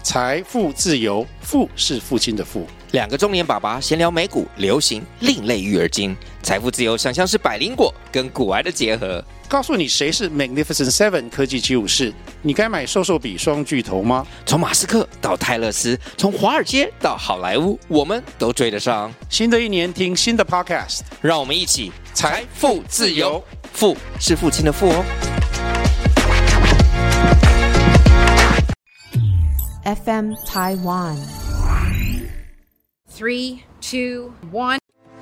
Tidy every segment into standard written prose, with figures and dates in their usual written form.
财富自由，富是父亲的富。 两个中年爸爸闲聊美股、流行、另类育儿经，财富自由想象是百灵果跟股癌的结合。 告诉你谁是 Magnificent Seven 科技754，你该买瘦瘦比双巨头吗？ 从马斯克到泰勒斯，从华尔街到好莱坞，我们都追得上。 新的一年听新的 Podcast， 让我们一起财富自由， 富是父亲的富哦。 FM Taiwan 3, 2, 1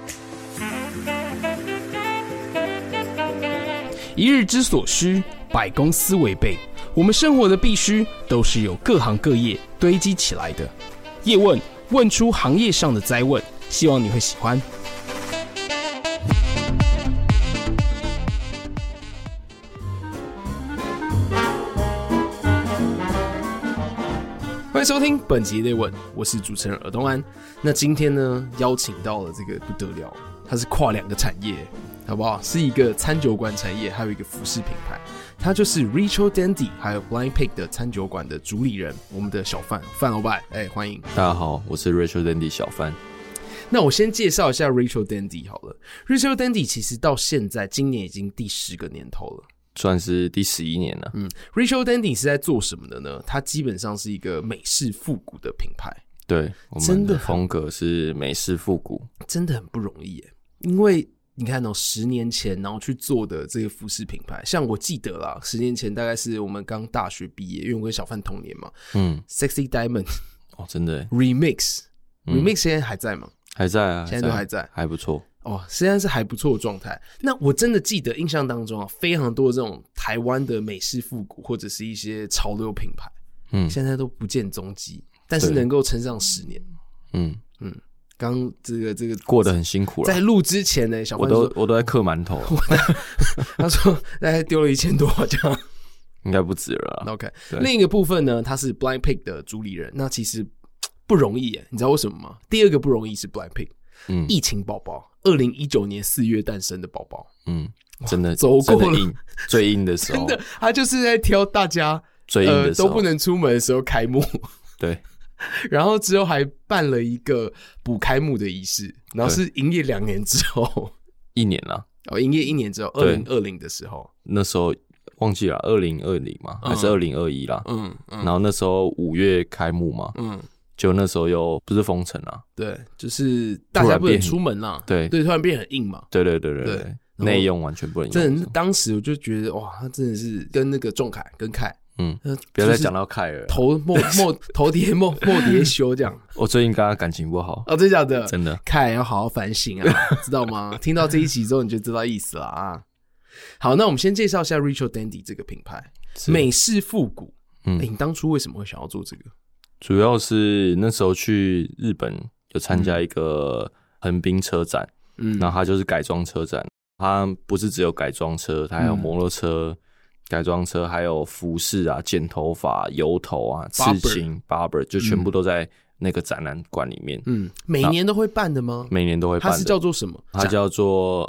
一日之所需，百公司为备。我们生活的必须，都是由各行各业堆积起来的。叶问问出行业上的灾问，希望你会喜欢。欢迎收听本集的叶问，我是主持人尔东安。那今天呢，邀请到了这个不得了，它是跨两个产业。好不好？是一个餐酒馆产业，还有一个服饰品牌，它就是 Rachel Dandy 还有 Blind Pig 的餐酒馆的主理人，我们的小范老板，欢迎大家好，我是 Rachel Dandy 小范。 那我先介绍一下 Rachel Dandy 好了。Rachel Dandy 其实到现在，今年已经第10个年头了， 算是第11年了。 Rachel Dandy 是在做什么的呢？它基本上是一个美式复古的品牌， 对，我们的风格是美式复古， 真的很不容易耶，因为你看10年前然后去做的这个服饰品牌，像我记得啦，10年前大概是我们刚大学毕业，因为我跟小范同年嘛。Sexy Diamond 真的耶 Remix 现在还在吗？ 还在啊， 现在都还在， 还不错现在是还不错的状态。那我真的记得印象当中非常多这种台湾的美式复古或者是一些潮流品牌，现在都不见踪迹，但是能够撑上10年，刚这个过得很辛苦了。 在录之前呢，小范说我都在嗑馒头。 他说大概丢了1000多这样， 应该不止了啦。 OK， 另一个部分呢，他是 Blind Pig 的主理人。那其实不容易耶，你知道为什么吗？第二个不容易是 Blind Pig，疫情宝宝，2019年4月诞生的宝宝，真的走过了最硬的时候， 真的，他就是在挑大家最硬的时候都不能出门的时候开幕。 对。 然后之后还办了一个补开幕的仪式，然后是营业2年之后 ，1年啦， 营业1年之后，2020的时候， 那时候忘记了2020嘛，还是2021啦，然后那时候5月开幕嘛，就那时候又不是封城啦， 对，就是大家不能出门啦，对，突然变很硬嘛， 对，内用完全不能用， 真的，当时我就觉得哇，他真的是跟那个仲凯跟凯。 不要再讲到凯了， 头叠莫叠修这样。 我最近跟他感情不好真的假的？ 真的， 凯要好好反省啊，知道吗？听到这一集之后你就知道意思了啊。好，那我们先介绍一下 Rachel Dandy 这个品牌，美式复古。你当初为什么会想要做这个？ 主要是那时候去日本有参加一个横滨车展，然后它就是改装车展，它不是只有改装车，它还有摩托车。改装车还有服饰啊、剪头发、油头啊、刺青、barber 就全部都在那个展览馆里面。 每年都会办的吗？ 每年都会办的。 它是叫做什么？ 它叫做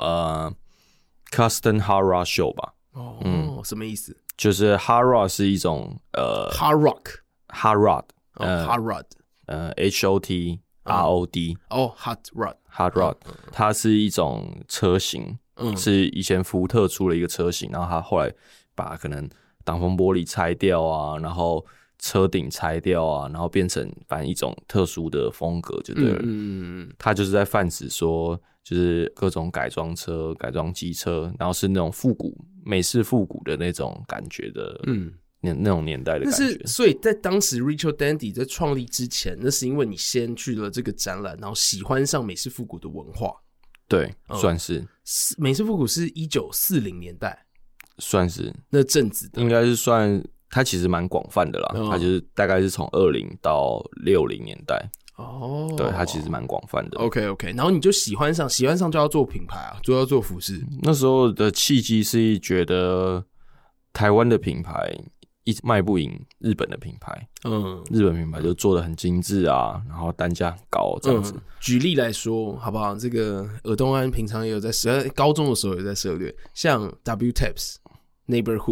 Custom Hard Rock Show 吧。 什么意思？ 就是 Hard Rock 是一种 Hard Rock，Hard Rod，Hard Rod，HOT ROD， Hot Rod，Hard Rod， 它是一种车型，是以前福特出了一个车型，然后它后来把可能挡风玻璃拆掉啊，然后车顶拆掉啊，然后变成反正一种特殊的风格就对了。它就是在泛指说，就是各种改装车、改装机车，然后是那种复古、美式复古的那种感觉的，那种年代的感觉。 所以在当时 Rachel Dandy 在创立之前，那是因为你先去了这个展览，然后喜欢上美式复古的文化。 对，算是美式复古是1940年代。 算是那阵子的， 应该是算，它其实蛮广泛的啦，它就是大概是从20到60年代，对，它其实蛮广泛的。 OK， 然后你就喜欢上就要做品牌啊，就要做服饰。 那时候的契机是觉得台湾的品牌一直卖不赢日本的品牌，日本品牌就做得很精致啊，然后单价很高这样子。 举例来说，好不好？这个尔东安平常也有在高中的时候也在涉猎，像 W Taps、Neighborhood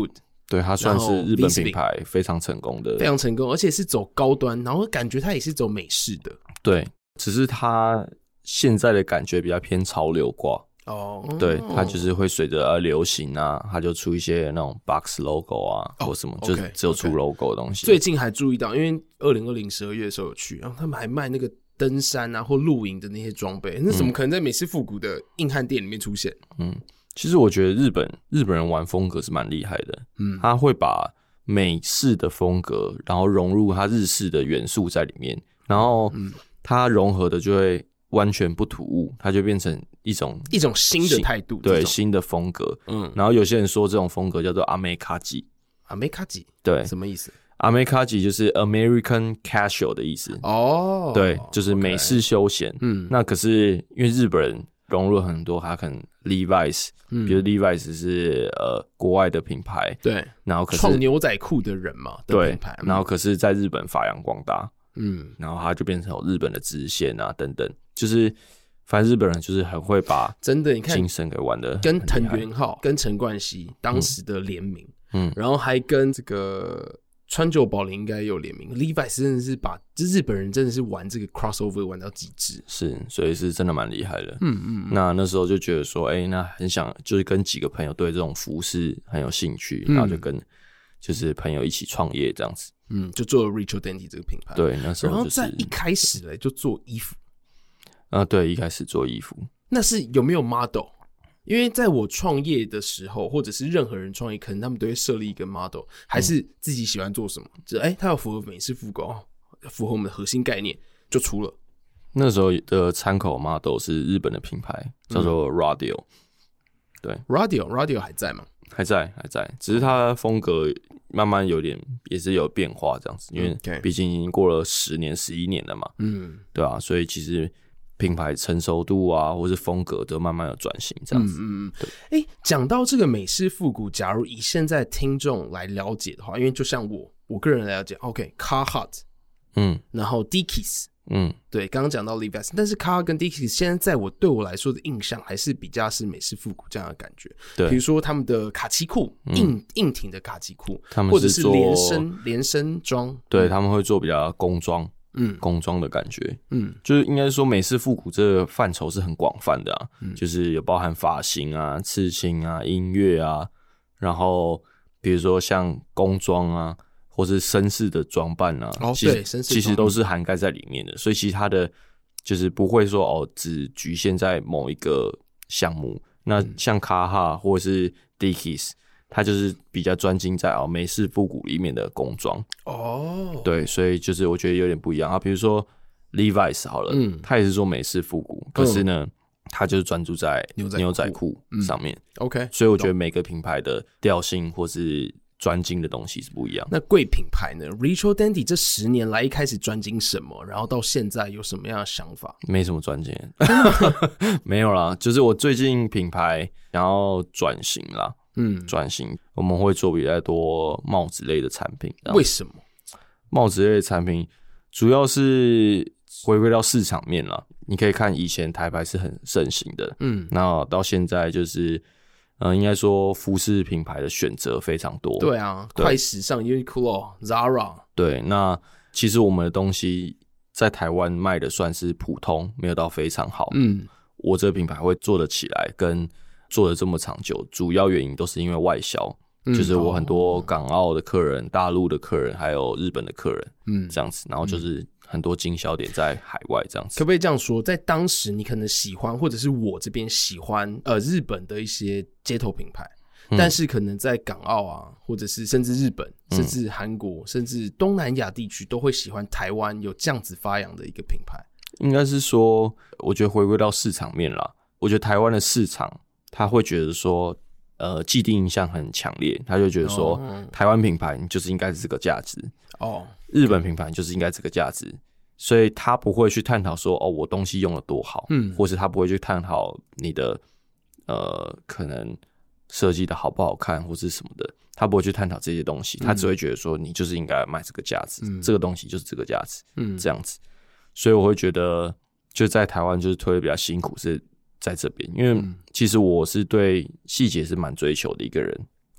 对，它算是日本品牌非常成功的， 非常成功，而且是走高端，然后感觉它也是走美式的。 对，只是它现在的感觉比较偏潮流挂。对，它就是会随着流行啊，它就出一些那种 box logo 啊，或什么，就是只有出 logo 的东西。 最近还注意到，因为2020 12月的时候有去，然后他们还卖那个登山啊或露营的那些装备，那怎么可能在美式复古的硬汉店里面出现？ 其实我觉得日本人玩风格是蛮厉害的，他会把美式的风格，然后融入他日式的元素在里面，然后它融合的就会完全不突兀，它就变成一种新的态度， 对，新的风格。然后有些人说这种风格叫做阿美卡吉，对， 什么意思？ 阿美卡吉就是 American Casual 的意思。对，就是美式休闲。那可是因为日本人融入了很多，他可能 Levi's，比如 Levi's 是国外的品牌， 对，然后可是创牛仔裤的人嘛，的品牌， 然后可是在日本发扬光大。然后它就变成有日本的支线啊等等，就是反正日本人就是很会把真的你看精神给玩的， 跟藤原浩、跟陈冠希当时的联名，然后还跟这个川久保玲应该有联名 ，Levi's 真的是把日本人真的是玩这个 crossover 玩到极致， 是，所以是真的蛮厉害的。那时候就觉得说，那很想就是跟几个朋友对这种服饰很有兴趣，然后就跟就是朋友一起创业这样子。 就做了 Rachel Denty 这个品牌。 对，那时候就是， 然后在一开始就做衣服。 对，一开始做衣服。 那是有没有 model？ 因为在我创业的时候，或者是任何人创业，可能他们都会设立一个 model， 还是自己喜欢做什么，它要符合美式复古，符合我们的核心概念，就出了。 那时候的参考 model 是日本的品牌，叫做 Radio。对 ，Radio 还在吗？ 还在，只是它风格慢慢有点也是有变化这样子，因为毕竟已经过了10年、11年了嘛，对啊，所以其实品牌成熟度啊，或是风格都慢慢有转型这样子。 讲到这个美式复古，假如以现在听众来了解的话，因为就像我个人来了解 ，Carhartt， 然后 Dickies。对，刚刚讲到 Levi's， 但是 Carhartt 跟 Dickies 现在对我来说的印象还是比较是美式复古这样的感觉。对，比如说他们的卡其裤，硬挺的卡其裤，或者是连身装， 对，他们会做比较工装，工装的感觉，就是应该说美式复古这个范畴是很广泛的啊，就是有包含发型啊、刺青啊、音乐啊，然后比如说像工装啊。或是绅士的装扮啊，其实都是涵盖在里面的，所以其实它的就是不会说只局限在某一个项目。那像卡哈或者是 Dickies， 它就是比较专精在美式复古里面的工装。对，所以就是我觉得有点不一样啊。比如说 Levi's 好了，它也是做美式复古，可是呢，它就是专注在牛仔裤上面。 OK， 所以我觉得每个品牌的调性或是专精的东西是不一样。 那贵品牌呢 ？Rachel Denty 这10年来一开始专精什么？然后到现在有什么样的想法？ 没什么专精，没有啦。就是我最近品牌想要转型啦，转型我们会做比较多帽子类的产品。 为什么？ 帽子类的产品主要是回归到市场面啦。你可以看以前台牌是很盛行的，那到现在就是。应该说服饰品牌的选择非常多。 对啊，快时尚 Uniqlo、Zara。对， 那其实我们的东西在台湾卖的算是普通，没有到非常好。我这个品牌会做得起来，跟做得这么长久，主要原因都是因为外销。就是我很多港澳的客人、大陆的客人，还有日本的客人，这样子，然后就是很多经销点在海外这样子。 可不可以这样说，在当时你可能喜欢，或者是我这边喜欢日本的一些街头品牌，但是可能在港澳啊，或者是甚至日本，甚至韩国，甚至东南亚地区都会喜欢台湾有这样子发扬的一个品牌。 应该是说，我觉得回归到市场面啦，我觉得台湾的市场他会觉得说既定印象很强烈，他就觉得说台湾品牌你就是应该是这个价值，日本品牌就是应该这个价值，所以他不会去探讨说我东西用的多好，或是他不会去探讨你的可能设计的好不好看或是什么的，他不会去探讨这些东西，他只会觉得说你就是应该卖这个价值，这个东西就是这个价值，这样子。所以我会觉得就在台湾就是推的比较辛苦是在这边，因为其实我是对细节是蛮追求的一个人，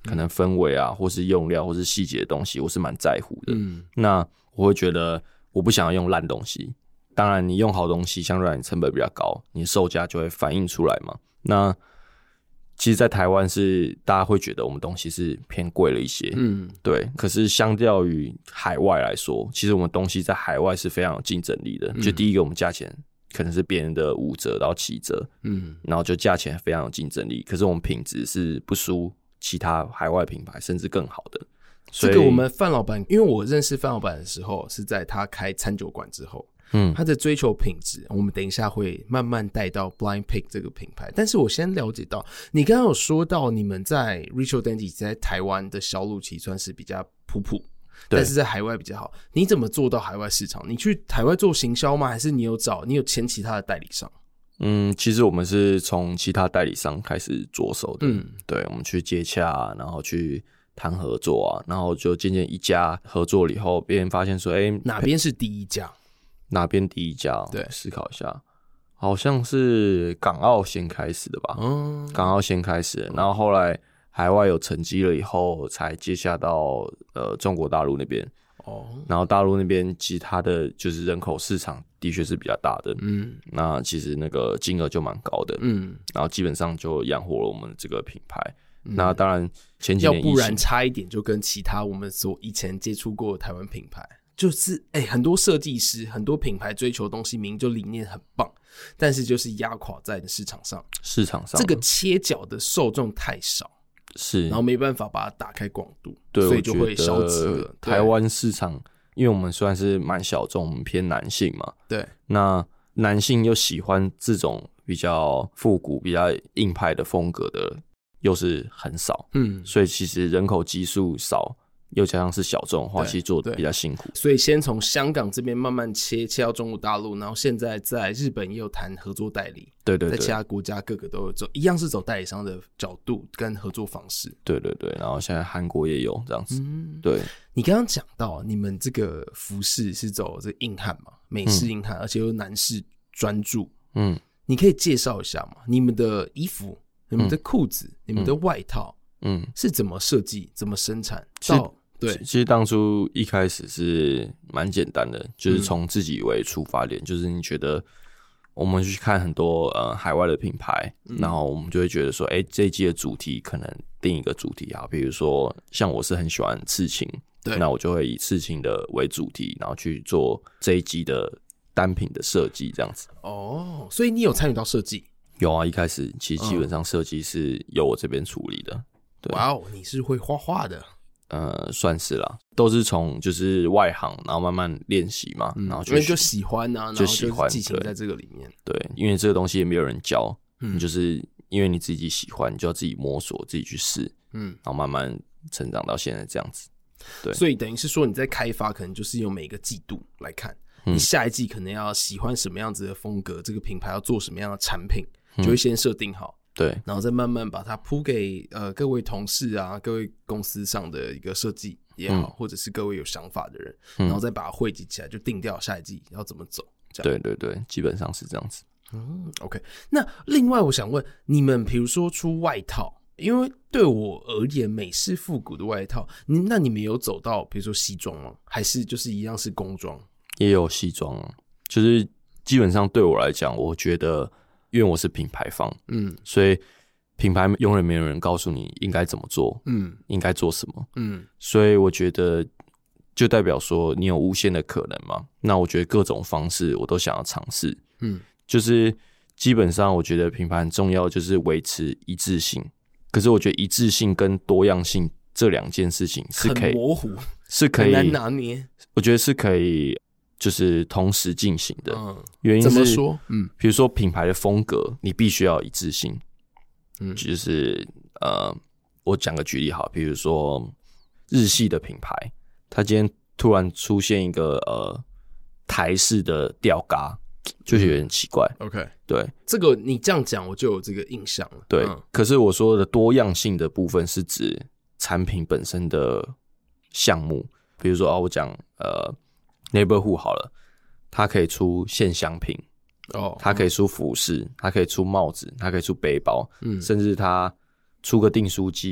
可能氛围啊，或是用料，或是细节的东西，我是蛮在乎的。那我会觉得我不想要用烂东西。当然，你用好东西，相对来你成本比较高，你的售价就会反映出来嘛。那其实，在台湾是大家会觉得我们东西是偏贵了一些，对。可是相较于海外来说，其实我们东西在海外是非常有竞争力的。就第一个，我们价钱可能是别人的5折到7折，然后就价钱非常有竞争力。可是我们品质是不输其他海外品牌，甚至更好的。 这个我们范老板，因为我认识范老板的时候是在他开餐酒馆之后。他的追求品质，我们等一下会慢慢带到 Blind Pig 这个品牌。但是我先了解到，你刚刚有说到你们在 Ritual Dandy 在台湾的销路其实算是比较普，但是在海外比较好。你怎么做到海外市场？你去海外做行销吗？还是你有签其他的代理商？ 其实我们是从其他代理商开始着手的。对，我们去接洽，然后去谈合作啊，然后就渐渐一家合作了以后，别人发现说， 哪边是第一家？ 哪边第一家？ 对， 思考一下，好像是港澳先开始的吧。港澳先开始的，然后后来海外有成绩了以后，才接下到中国大陆那边。然后大陆那边其实它的就是人口市场的确是比较大的。那其实那个金额就蛮高的。然后基本上就养活了我们这个品牌。那当然前几年要不然差一点就跟其他我们所以前接触过的台湾品牌。就是很多设计师很多品牌追求的东西明明就理念很棒，但是就是压垮在市场上这个切角的受众太少，是，然后没办法把它打开广度，对，所以就会消极了。 台湾市场因为我们虽然是蛮小众，我们偏男性嘛， 对， 那男性又喜欢这种比较复古比较硬派的风格的又是很少，所以其实人口基数少又加上是小众的话，其实做的比较辛苦。 所以先从香港这边慢慢切到中国大陆，然后现在在日本也有谈合作代理， 对，在其他国家各个都有走，一样是走代理商的角度跟合作方式。 对，然后现在韩国也有这样子。对， 你刚刚讲到你们这个服饰是走这硬汉嘛，美式硬汉，而且又男士专注。你可以介绍一下吗？你们的衣服、你们的裤子、你们的外套，是怎么设计、怎么生产？对， 其实当初一开始是蛮简单的，就是从自己为出发点，就是你觉得我们去看很多海外的品牌，然后我们就会觉得说，这一季的主题可能定一个主题啊，比如说像我是很喜欢刺青，对，那我就会以刺青的为主题，然后去做这一季的单品的设计，这样子。 所以你有参与到设计？ 有啊，一开始其实基本上设计是由我这边处理的。 哇你是会画画的？ 算是啦，都是从就是外行，然后慢慢练习嘛，然后因为就喜欢啊，然后就喜欢激情在这个里面。 对，因为这个东西也没有人教，你就是因为你自己喜欢，你就要自己摸索，自己去试，然后慢慢成长到现在这样子。对， 所以等于是说你在开发，可能就是用每个季度来看，你下一季可能要喜欢什么样子的风格，这个品牌要做什么样的产品，就会先设定好。 对， 然后再慢慢把它铺给各位同事啊，各位公司上的一个设计也好，或者是各位有想法的人，然后再把它汇集起来，就定掉下一季要怎么走。 对，基本上是这样子。 OK。那另外我想问你们，比如说出外套，因为对我而言，美式复古的外套，那你们有走到比如说西装吗？还是就是一样是工装？ 也有西装啊，就是基本上对我来讲，我觉得。因为我是品牌方，所以品牌永远没有人告诉你应该怎么做，应该做什么，所以我觉得就代表说你有无限的可能嘛。那我觉得各种方式我都想要尝试，就是基本上我觉得品牌很重要，就是维持一致性。可是我觉得一致性跟多样性这两件事情是可以很模糊， 是可以很难拿捏。 我觉得是可以。就是同时进行的，原因是怎么说？ 比如说品牌的风格，你必须要一致性。就是我讲个举例好，比如说日系的品牌，它今天突然出现一个台式的吊嘎，就有点奇怪。 OK， 对， 这个你这样讲，我就有这个印象了。 对，可是我说的多样性的部分是指产品本身的项目，比如说我讲Neighborhood 好了，它可以出线香品，它可以出服饰，它可以出帽子，它可以出背包，甚至它出个订书机，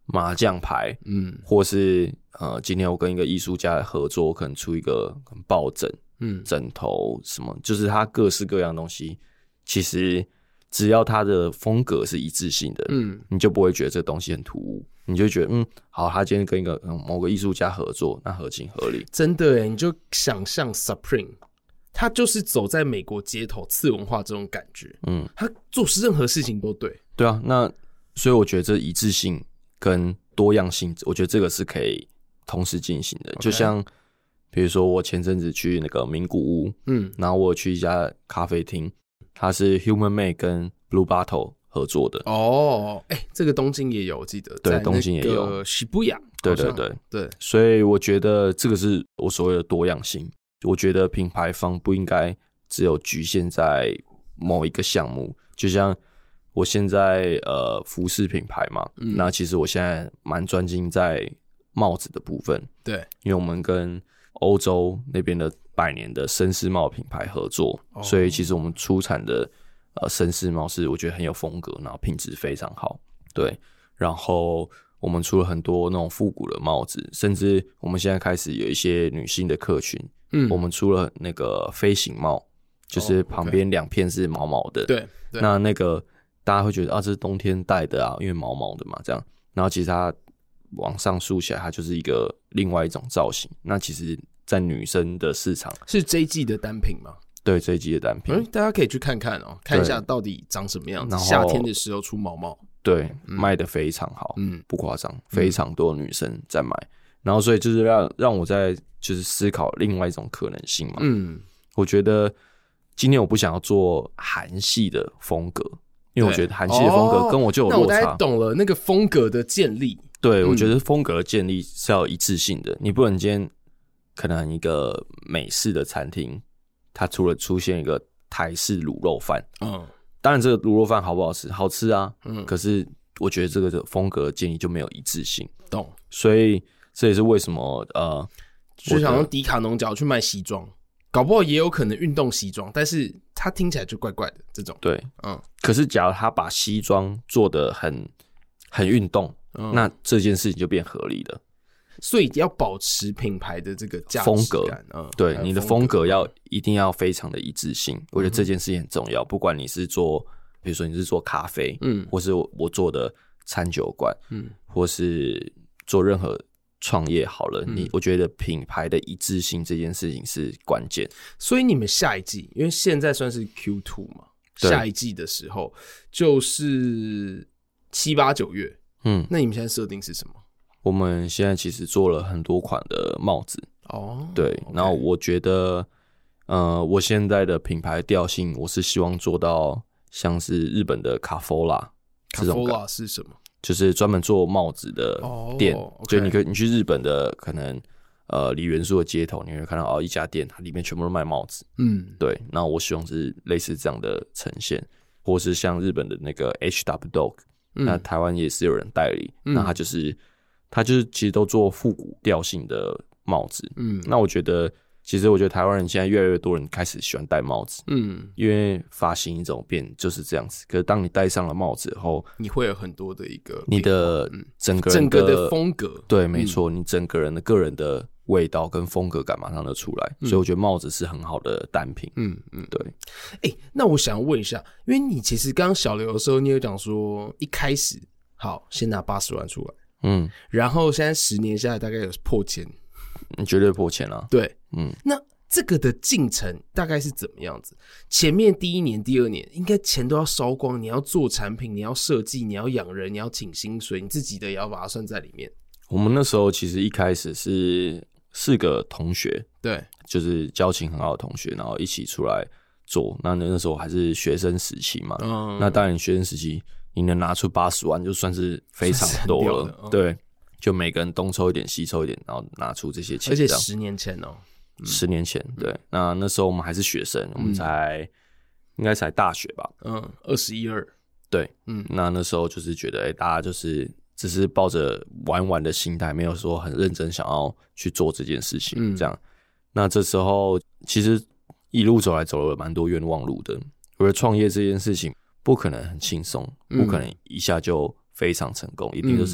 麻将牌，或是今天我跟一个艺术家合作，可能出一个抱枕，枕头什么，就是它各式各样的东西，其实只要它的风格是一致性的，你就不会觉得这个东西很突兀，你就觉得好，他今天跟一个某个艺术家合作，那合情合理。 真的耶，你就想象 Supreme， 他就是走在美国街头次文化这种感觉，他做任何事情都对。 对啊，那所以我觉得这一致性跟多样性，我觉得这个是可以同时进行的。就像比如说我前阵子去那个名古屋，然后我有去一家咖啡厅，它是 Human Made 跟 Blue Bottle 合作的。 这个东京也有，我记得对，东京也有 Shibuya，对， 所以我觉得这个是我所谓的多样性。我觉得品牌方不应该只有局限在某一个项目，就像我现在服饰品牌嘛，那其实我现在蛮专精在帽子的部分， 对， 因为我们跟欧洲那边的100年的绅士帽品牌合作，所以其实我们出产的绅士帽是我觉得很有风格，然后品质非常好，对，然后我们出了很多那种复古的帽子，甚至我们现在开始有一些女性的客群，我们出了那个飞行帽，就是旁边2片是毛毛的， 对， 那个大家会觉得这是冬天戴的啊，因为毛毛的嘛，这样，然后其实它往上竖起来，它就是一个另外一种造型。那其实，在女生的市场是这一季的单品吗？ 对，这一季的单品， 大家可以去看看看一下到底长什么样子。夏天的时候出毛毛， 对，卖得非常好，不夸张，非常多女生在买。然后，所以就是让我在就是思考另外一种可能性嘛。我觉得今天我不想要做韩系的风格，因为我觉得韩系的风格跟我就有落差。 那我大概懂了那个风格的建立。 对，我觉得风格的建立是要一致性的，你不能今天可能一个美式的餐厅，它除了出现一个台式卤肉饭，当然这个卤肉饭好不好吃？好吃啊，可是我觉得这个风格的建立就没有一致性， 懂？ 所以这也是为什么就想用迪卡侬角去卖西装，搞不好也有可能运动西装，但是它听起来就怪怪的这种。 对，可是假如他把西装做得很运动，那这件事情就变合理了。 所以要保持品牌的这个价值感风格，对，你的风格一定要非常的一致性。我觉得这件事情很重要，不管你是做，比如说你是做咖啡，或是我做的餐酒馆，或是做任何创业好了，我觉得品牌的一致性这件事情是关键。 所以你们下一季，因为现在算是 Q2 嘛，下一季的时候就是7、8、9月，那你们现在设定是什么？ 我们现在其实做了很多款的帽子，对，然后我觉得，我现在的品牌调性，我是希望做到像是日本的卡佛拉这种感。 卡佛拉是什么？就是专门做帽子的店，就你去日本的可能梨园树的街头，你会看到一家店，它里面全部都卖帽子，对。那我希望是类似这样的呈现，或是像日本的那个 HW Dog，那台湾也是有人代理，那他就是其实都做复古调性的帽子，那我觉得台湾人现在越来越多人开始喜欢戴帽子，因为发型一种变就是这样子。可是当你戴上了帽子后，你会有很多的一个你的整个的风格， 对，没错，你整个人的个人的味道跟风格感马上就出来，所以我觉得帽子是很好的单品， 对。那我想问一下，因为你其实刚刚小刘的时候，你有讲说一开始好先拿80万出来。然后现在10年下来大概有破1000， 绝对破1000啊！ 对，那这个的进程大概是怎么样子？前面第1年、第2年应该钱都要烧光，你要做产品，你要设计，你要养人，你要请薪水，你自己的也要把它算在里面。 我们那时候其实一开始是4个同学， 对， 就是交情很好的同学，然后一起出来做。那时候还是学生时期嘛，那当然学生时期。你能拿出80万就算是非常多了，对，就每个人东抽一点西抽一点，然后拿出这些钱， 而且10年前 10年前，对，那时候我们还是学生，我们应该才大学吧 ，21、22， 对，那时候就是觉得，大家就是只是抱着玩的心态，没有说很认真想要去做这件事情，这样，那这时候其实一路走了蛮多冤枉路的，我觉得创业这件事情。不可能很轻松，不可能一下就非常成功，一定都是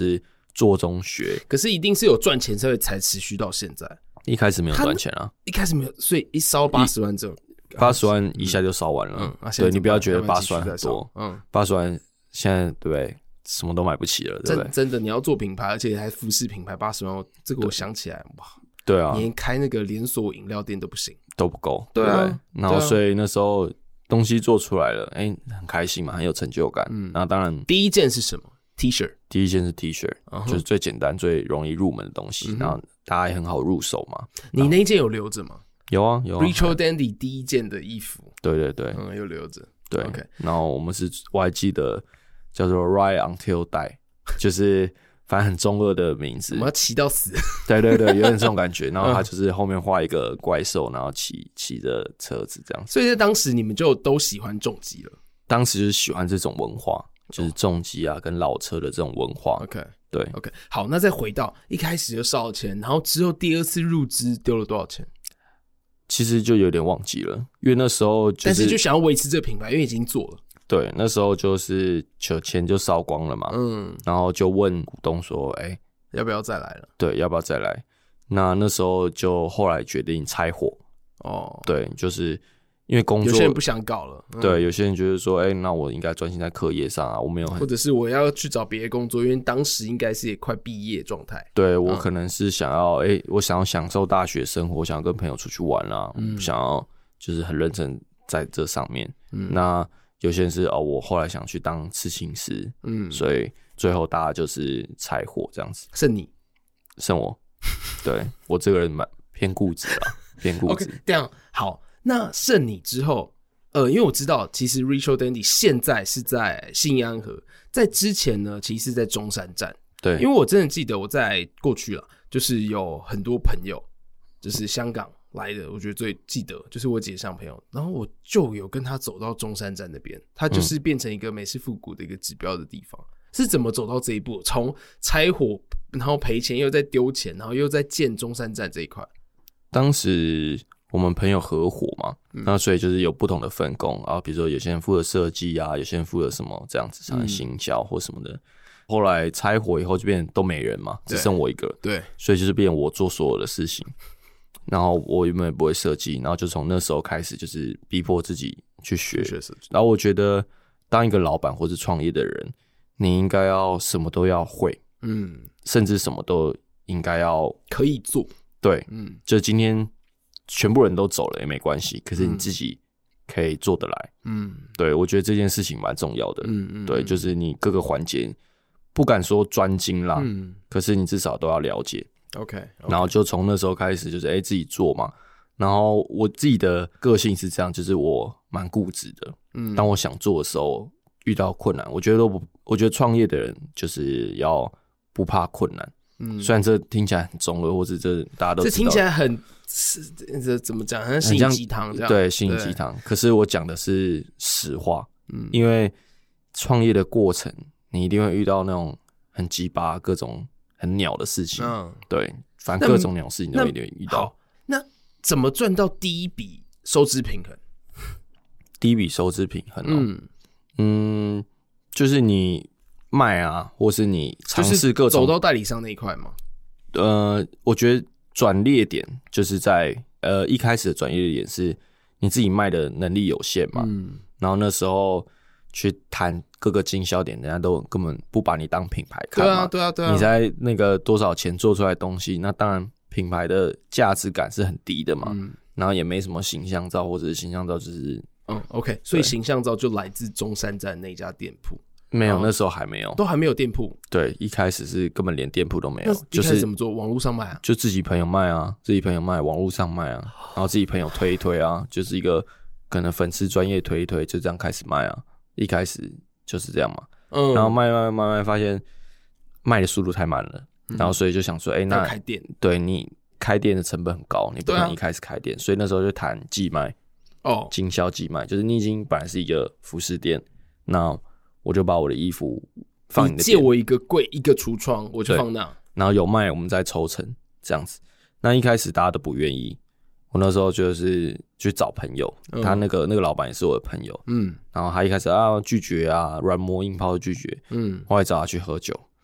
做中学。 可是一定是有赚钱才持续到现在。 一开始没有赚钱啊， 一开始没有，所以一烧80万之后 ，80万一下就烧完了。对，你不要觉得80万很多，80万现在对不对？什么都买不起了，对不对？ 真的，你要做品牌，而且还服饰品牌80万，这个我想起来，哇， 对啊， 连开那个连锁饮料店都不行， 都不够， 对啊。 对不对？然后所以那时候东西做出来了，很开心嘛，很有成就感。然后当然第一件是什么 ？T 恤， 第一件是 T 恤，就是最简单、最容易入门的东西，然后大家也很好入手嘛。 你那一件有留着吗？ 有啊 ，Rachel Dandy 第一件的衣服， 对对对， 有留着。 对 ，OK。 然后我还记得叫做 Ride Until Die， 就是反正很中二的名字， 我们要骑到死。 对对对，有点这种感觉。然后他就是后面画一个怪兽，然后骑着车子这样子。 所以在当时你们就都喜欢重机了。 当时就是喜欢这种文化，就是重机啊跟老车的这种文化。 OK， 对 ，OK。好，那再回到一开始就烧了钱，然后之后第二次入资丢了多少钱？ 其实就有点忘记了，因为那时候但是就想要维持这个品牌，因为已经做了。 对，那时候就是钱就烧光了嘛，然后就问股东说， 要不要再来了？ 对，要不要再来？那时候就后来决定拆伙。对，就是因为工作， 有些人不想搞了， 对，有些人觉得说，那我应该专心在课业上啊，我没有或者是我要去找别的工作，因为当时应该是也快毕业状态。 对，我可能是想要，我想要享受大学生活，想要跟朋友出去玩啊，想要就是很认真在这上面。那有些人是我后来想去当刺青师，所以最后大家就是拆伙这样子。剩我，对，我这个人蛮偏固执啦，偏固执。 OK， 这样好。那剩你之后，因为我知道其实 Rachel Dandy 现在是在信义安和，在之前呢，其实是在中山站。 对， 因为我真的记得我在过去了，就是有很多朋友，就是香港来的，我觉得最记得就是我姐上朋友，然后我就有跟他走到中山站那边，他就是变成一个美式复古的一个指标的地方。是怎么走到这一步？从拆伙，然后赔钱，又在丢钱，然后又在建中山站这一块。 当时我们朋友合伙嘛，那所以就是有不同的分工啊，比如说有些人负责设计啊，有些人负责什么这样子，像行销或什么的。后来拆伙以后就变都没人嘛，只剩我一个， 对， 所以就是变我做所有的事情。然后我原本也不会设计，然后就从那时候开始就是逼迫自己去学设计。然后我觉得当一个老板或是创业的人，你应该要什么都要会，甚至什么都应该要可以做。 对，就今天全部人都走了也没关系，可是你自己可以做得来。对，我觉得这件事情蛮重要的。对，就是你各个环节不敢说专精啦，可是你至少都要了解。 OK， 然后就从那时候开始就是自己做嘛。然后我自己的个性是这样，就是我蛮固执的。当我想做的时候遇到困难，我觉得创业的人就是要不怕困难。虽然这听起来很中二，或者这大家都知道， 这听起来很怎么讲，很像心灵鸡汤这样。 对，心灵鸡汤。可是我讲的是实话，因为创业的过程，你一定会遇到那种很鸡巴、各种很鸟的事情。对，反正各种鸟事情都一定会遇到。 那怎么赚到第一笔收支平衡？ 第一笔收支平衡就是你卖啊，或是你尝试各种， 走到代理商那一块吗？ 我觉得转捩点就是在一开始的转捩点是你自己卖的能力有限嘛，然后那时候去谈各个经销点，人家都根本不把你当品牌看嘛， 对啊， 你在那个多少钱做出来的东西，那当然品牌的价值感是很低的嘛，然后也没什么形象照，或者是形象照就是 OK， 所以形象照就来自中山站那家店铺。 没有，那时候还没有， 都还没有店铺。 对，一开始是根本连店铺都没有。 就是怎么做？网络上卖啊？ 就自己朋友卖啊，自己朋友卖，网络上卖啊，然后自己朋友推一推啊，就是一个可能粉丝专业推一推，就这样开始卖啊。一开始就是这样嘛，然后卖，发现卖的速度太慢了，然后所以就想说，那开店， 对你开店的成本很高，你不可能一开始开店，所以那时候就谈寄卖，经销寄卖，就是你已经本来是一个服饰店，那我就把我的衣服放你的店， 借我一个柜一个橱窗，我就放那， 然后有卖我们再抽成这样子。那一开始大家都不愿意，我那时候就是去找朋友，他那个老板也是我的朋友，然后他一开始拒绝啊，软磨硬泡拒绝，后来找他去喝酒，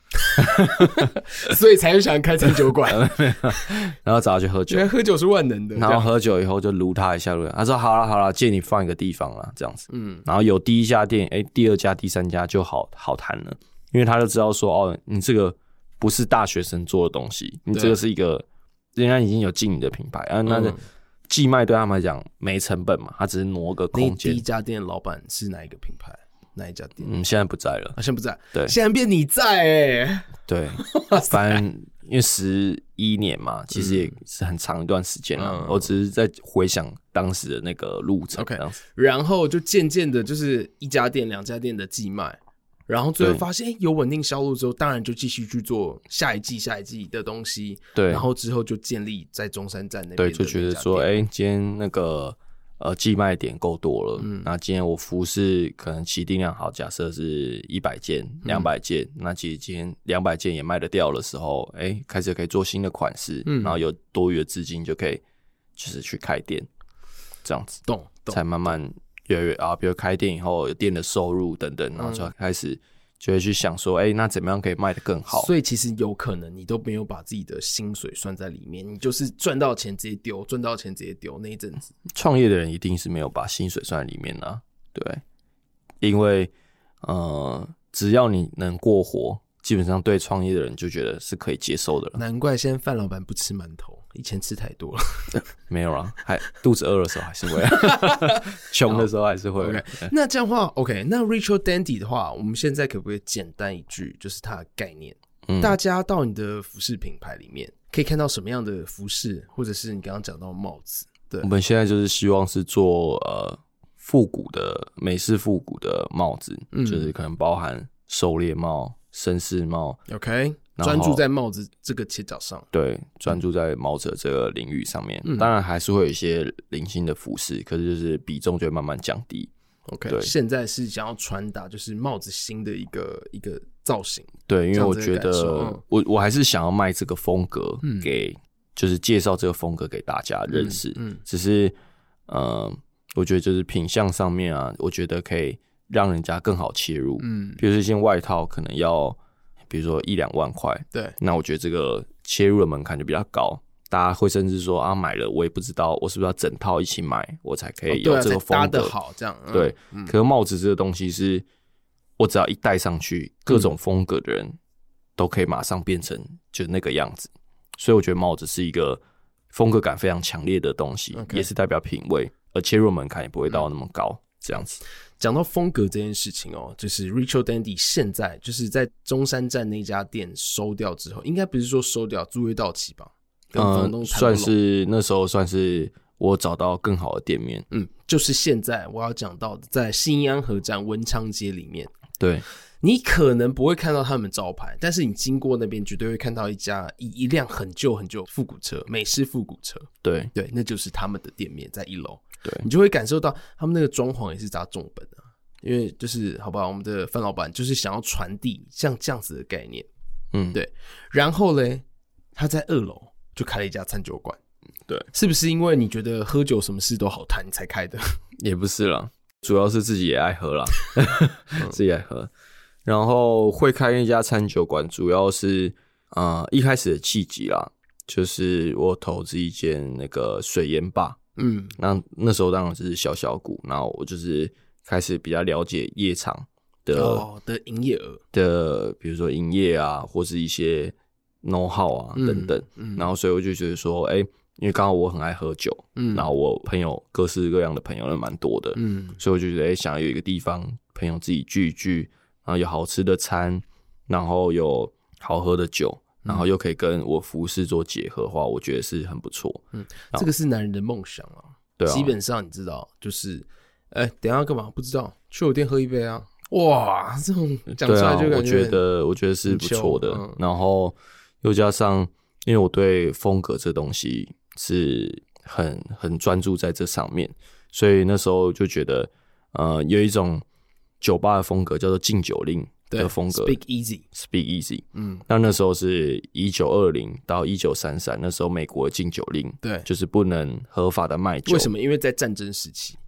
所以才会想开餐酒馆。 然后找他去喝酒， 原来喝酒是万能的。 然后喝酒以后就撸他一下，他说好了，借你放一个地方啦，这样子。然后有第一家店，第二家、第三家就好谈了，因为他就知道说，你这个不是大学生做的东西，你这个是一个人家已经有进你的品牌啊，那寄卖对他们来讲没成本嘛，他只是挪个空间。 第一家店的老板是哪一个品牌？哪一家店？ 现在不在了。 现在不在。 对， 现在变你在对，反正因为11年嘛，其实也是很长一段时间了。我只是在回想当时的那个路程。 OK， 然后就渐渐的，就是一家店、两家店的寄卖，然后最后发现有稳定销路之后，当然就继续去做下一季的东西。对，然后之后就建立在中山站那边。 对，就觉得说，今天那个。寄卖点够多了，那今天我服饰可能起订量好，假设是100件、200件，那其实今天200件也卖得掉的时候，开始可以做新的款式，然后有多余的资金就可以就是去开店，这样子，懂，才慢慢越来越比如开店以后有店的收入等等，然后就开始就会去想说，那怎么样可以卖得更好？ 所以其实有可能你都没有把自己的薪水算在里面，你就是赚到钱直接丢，赚到钱直接丢那一阵子。 创业的人一定是没有把薪水算在里面啦，对，因为只要你能过活，基本上对创业的人就觉得是可以接受的了。 难怪现在范老板不吃馒头，以前吃太多了。 没有啦，还肚子饿的时候还是会，穷的时候还是会。 OK， 那这样的话 ，OK， 那 Ritual Dandy 的话，我们现在可不可以简单一句，就是它的概念？大家到你的服饰品牌里面，可以看到什么样的服饰，或者是你刚刚讲到的帽子？对， 我们现在就是希望是做复古的美式复古的帽子，就是可能包含狩猎帽、绅士帽。 OK。专注在帽子这个切角上， 对，专注在帽子这个领域上面。当然还是会有一些零星的服饰，可是就是比重就会慢慢降低。 OK， 现在是想要传达就是帽子新的一个造型。 对，因为我觉得我还是想要卖这个风格给，就是介绍这个风格给大家认识。只是我觉得就是品相上面啊，我觉得可以让人家更好切入。比如说一件外套可能要。比如说1-2万块，对，那我觉得这个切入的门槛就比较高，大家会甚至说买了我也不知道我是不是要整套一起买，我才可以有这个风格， 搭得好这样。 对，可是帽子这个东西是我只要一戴上去，各种风格的人都可以马上变成就是那个样子，所以我觉得帽子是一个风格感非常强烈的东西，也是代表品味，而切入门槛也不会到那么高，这样子。 讲到风格这件事情就是 Ritual Dandy 现在就是在中山站那家店收掉之后，应该不是说收掉，租约到期吧？跟房东谈算是那时候算是我找到更好的店面。 就是现在我要讲到的，在新安河站文昌街里面， 对， 你可能不会看到他们招牌，但是你经过那边绝对会看到一辆很旧很旧复古车，美式复古车。对，那就是他们的店面在1楼。对，你就会感受到他们那个装潢也是砸重本的，因为就是好不好，我们的范老板就是想要传递像这样子的概念。对。然后嘞，他在2楼就开了一家餐酒馆。对，是不是因为你觉得喝酒什么事都好谈你才开的？ 也不是啦，主要是自己也爱喝啦，自己爱喝。然后会开一家餐酒馆，主要是一开始的契机啦，就是我投资一间那个水烟吧。那时候当然只是小股，然后我就是开始比较了解夜场的营业额的，比如说营业啊，或是一些 know how 啊等等。然后所以我就觉得说，因为刚好我很爱喝酒，然后我朋友各式各样的朋友也蛮多的，所以我就觉得想要有一个地方朋友自己聚一聚，然后有好吃的餐，然后有好喝的酒。然后又可以跟我服饰做结合的话，我觉得是很不错。 这个是男人的梦想啊。对啊，基本上你知道，就是等一下干嘛？不知道，去我店喝一杯啊！哇，这种讲出来就感觉我觉得是不错的。然后又加上，因为我对风格这东西是很专注在这上面，所以那时候就觉得，有一种酒吧的风格叫做禁酒令。的风格 Speak Easy， 那时候是1920到1933，那时候美国的禁酒令，对，就是不能合法的卖酒。 为什么？因为在战争时期，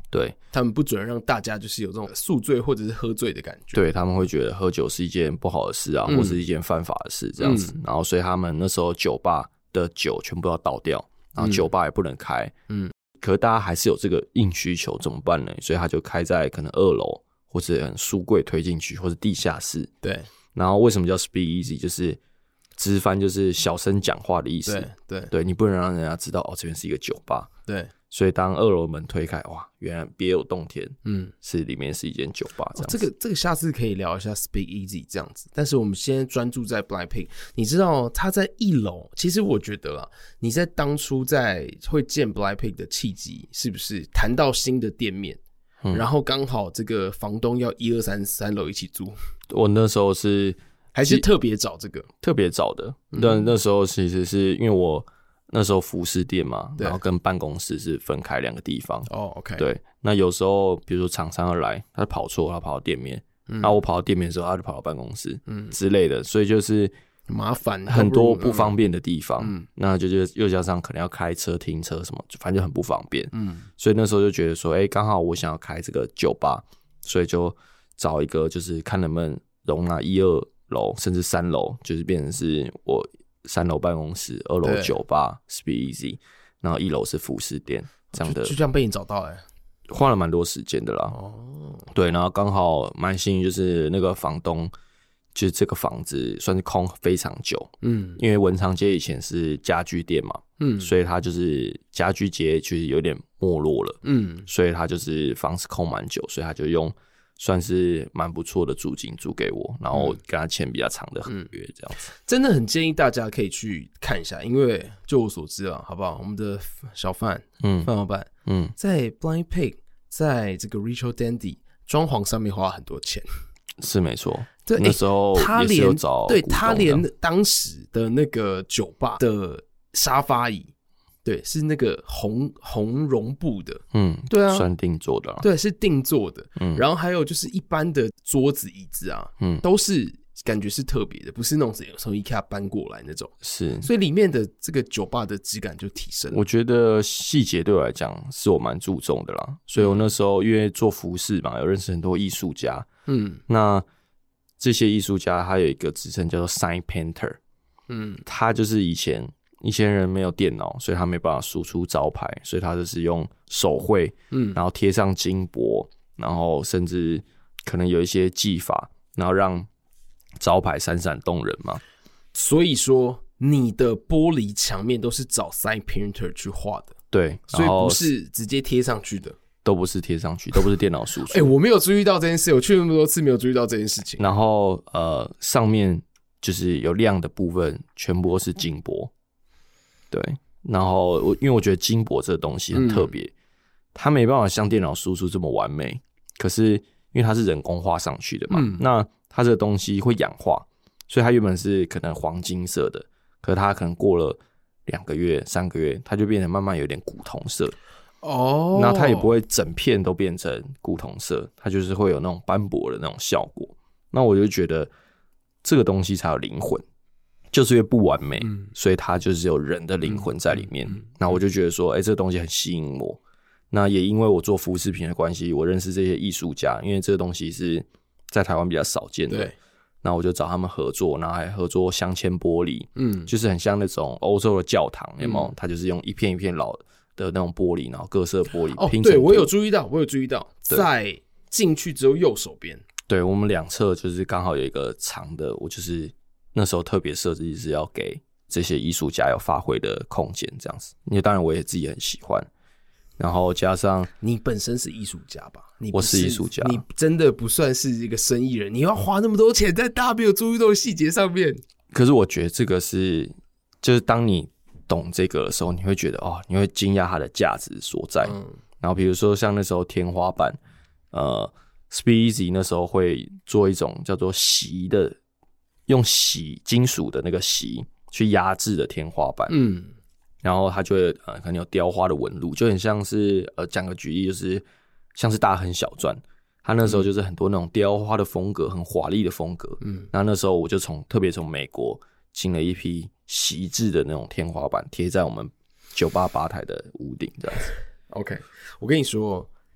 对， 他们不准让大家就是有这种宿醉或者是喝醉的感觉。 对，他们会觉得喝酒是一件不好的事啊，或是一件犯法的事这样子。然后所以他们那时候酒吧的酒全部要倒掉，然后酒吧也不能开。可是大家还是有这个硬需求，怎么办呢？所以他就开在可能2楼，或者书柜推进去，或是地下室。对。然后为什么叫 Speak Easy？ 就是直翻就是小声讲话的意思。对，你不能让人家知道这边是一个酒吧。对。所以当2楼门推开，哇，原来别有洞天，是里面是一间酒吧这样子。 这个下次可以聊一下 Speak Easy 这样子，但是我们先专注在 Blackpink。你知道他在1楼，其实我觉得啦，你在当初在会建 Blackpink 的契机，是不是谈到新的店面，然后刚好这个房东要1、2、3楼一起租？ 我那时候还是特别找这个， 特别找的。那时候其实是因为我。那时候服饰店嘛，然后跟办公室是分开2个地方。OK。对，那有时候比如说厂商要来，他跑错，他跑到店面，然后我跑到店面的时候，他就跑到办公室，之类的，所以就是麻烦很多不方便的地方。那就是又加上可能要开车、停车什么，反正就很不方便。所以那时候就觉得说，刚好我想要开这个酒吧，所以就找一个就是看能不能容纳1、2楼甚至3楼，就是变成是我。3楼办公室，2楼酒吧 Speak Easy， 然后1楼是服饰店，这样的就这样被你找到花了蛮多时间的啦。对，然后刚好蛮幸运，就是那个房东，就是这个房子算是空非常久，因为文昌街以前是家具店嘛，所以它就是家具街就是有点没落了，所以它就是房子空蛮久，所以他就用。算是蛮不错的租金租给我，然后跟他签比较长的合约，这样子。 真的很建议大家可以去看一下，因为就我所知啊，好不好？我们的小范，范老板，在 Blackpink， 在这个 Rachel Dandy 装潢上面花很多钱， 是没错。对，那时候也是有找对他连当时的那个酒吧的沙发椅。对，是那个红绒布的，对啊， 算定做的， 对，是定做的，然后还有就是一般的桌子椅子啊，都是感觉是特别的，不是那种从 IKEA 搬过来那种， 是， 所以里面的这个酒吧的质感就提升了。 我觉得细节对我来讲是我蛮注重的啦，所以我那时候因为做服饰嘛，有认识很多艺术家，那这些艺术家他有一个职称叫做 Sign Painter，他就是以前人没有电脑，所以他没办法输出招牌，所以他就是用手绘，然后贴上金箔，然后甚至可能有一些技法，然后让招牌闪闪动人嘛。 所以说，你的玻璃墙面都是找 Sign Painter 去画的， 对， 所以不是直接贴上去的， 都不是贴上去，都不是电脑输出。 我没有注意到这件事，我去那么多次没有注意到这件事情。 然后上面就是有亮的部分，全部都是金箔。对，然后因为我觉得金箔这个东西很特别，它没办法像电脑输出这么完美，可是因为它是人工画上去的嘛，那它这个东西会氧化，所以它原本是可能黄金色的，可是它可能过了2个月、3个月，它就变成慢慢有点古铜色。那它也不会整片都变成古铜色，它就是会有那种斑驳的那种效果。那我就觉得这个东西才有灵魂。就是因为不完美，所以它就是有人的灵魂在里面。那我就觉得说，这个东西很吸引我。那也因为我做服饰品的关系，我认识这些艺术家，因为这个东西是在台湾比较少见的。对，那我就找他们合作，然后还合作镶嵌玻璃，就是很像那种欧洲的教堂，有没有？它就是用一片一片老的那种玻璃，然后各色玻璃拼成。 对，我有注意到，在进去只有右手边。 对，我们2侧就是刚好有一个长的，我就是那时候特别设计是要给这些艺术家有发挥的空间，这样子。因为当然我也自己很喜欢，然后加上你本身是艺术家吧？ 我是艺术家， 你真的不算是一个生意人，你要花那么多钱在大家没有注意到的细节上面。 可是我觉得这个是，就是当你懂这个的时候，你会觉得你会惊讶它的价值所在。然后比如说像那时候天花板，Speak Easy 那时候会做一种叫做锡的，用锡金属的那个锡去压制的天花板，然后它就会可能有雕花的纹路，就很像是讲个举例，就是像是大亨小传，它那时候就是很多那种雕花的风格，很华丽的风格。然后那时候我就特别从美国进了一批锡制的那种天花板，贴在我们酒吧吧台的屋顶这样子。 OK， 我跟你说，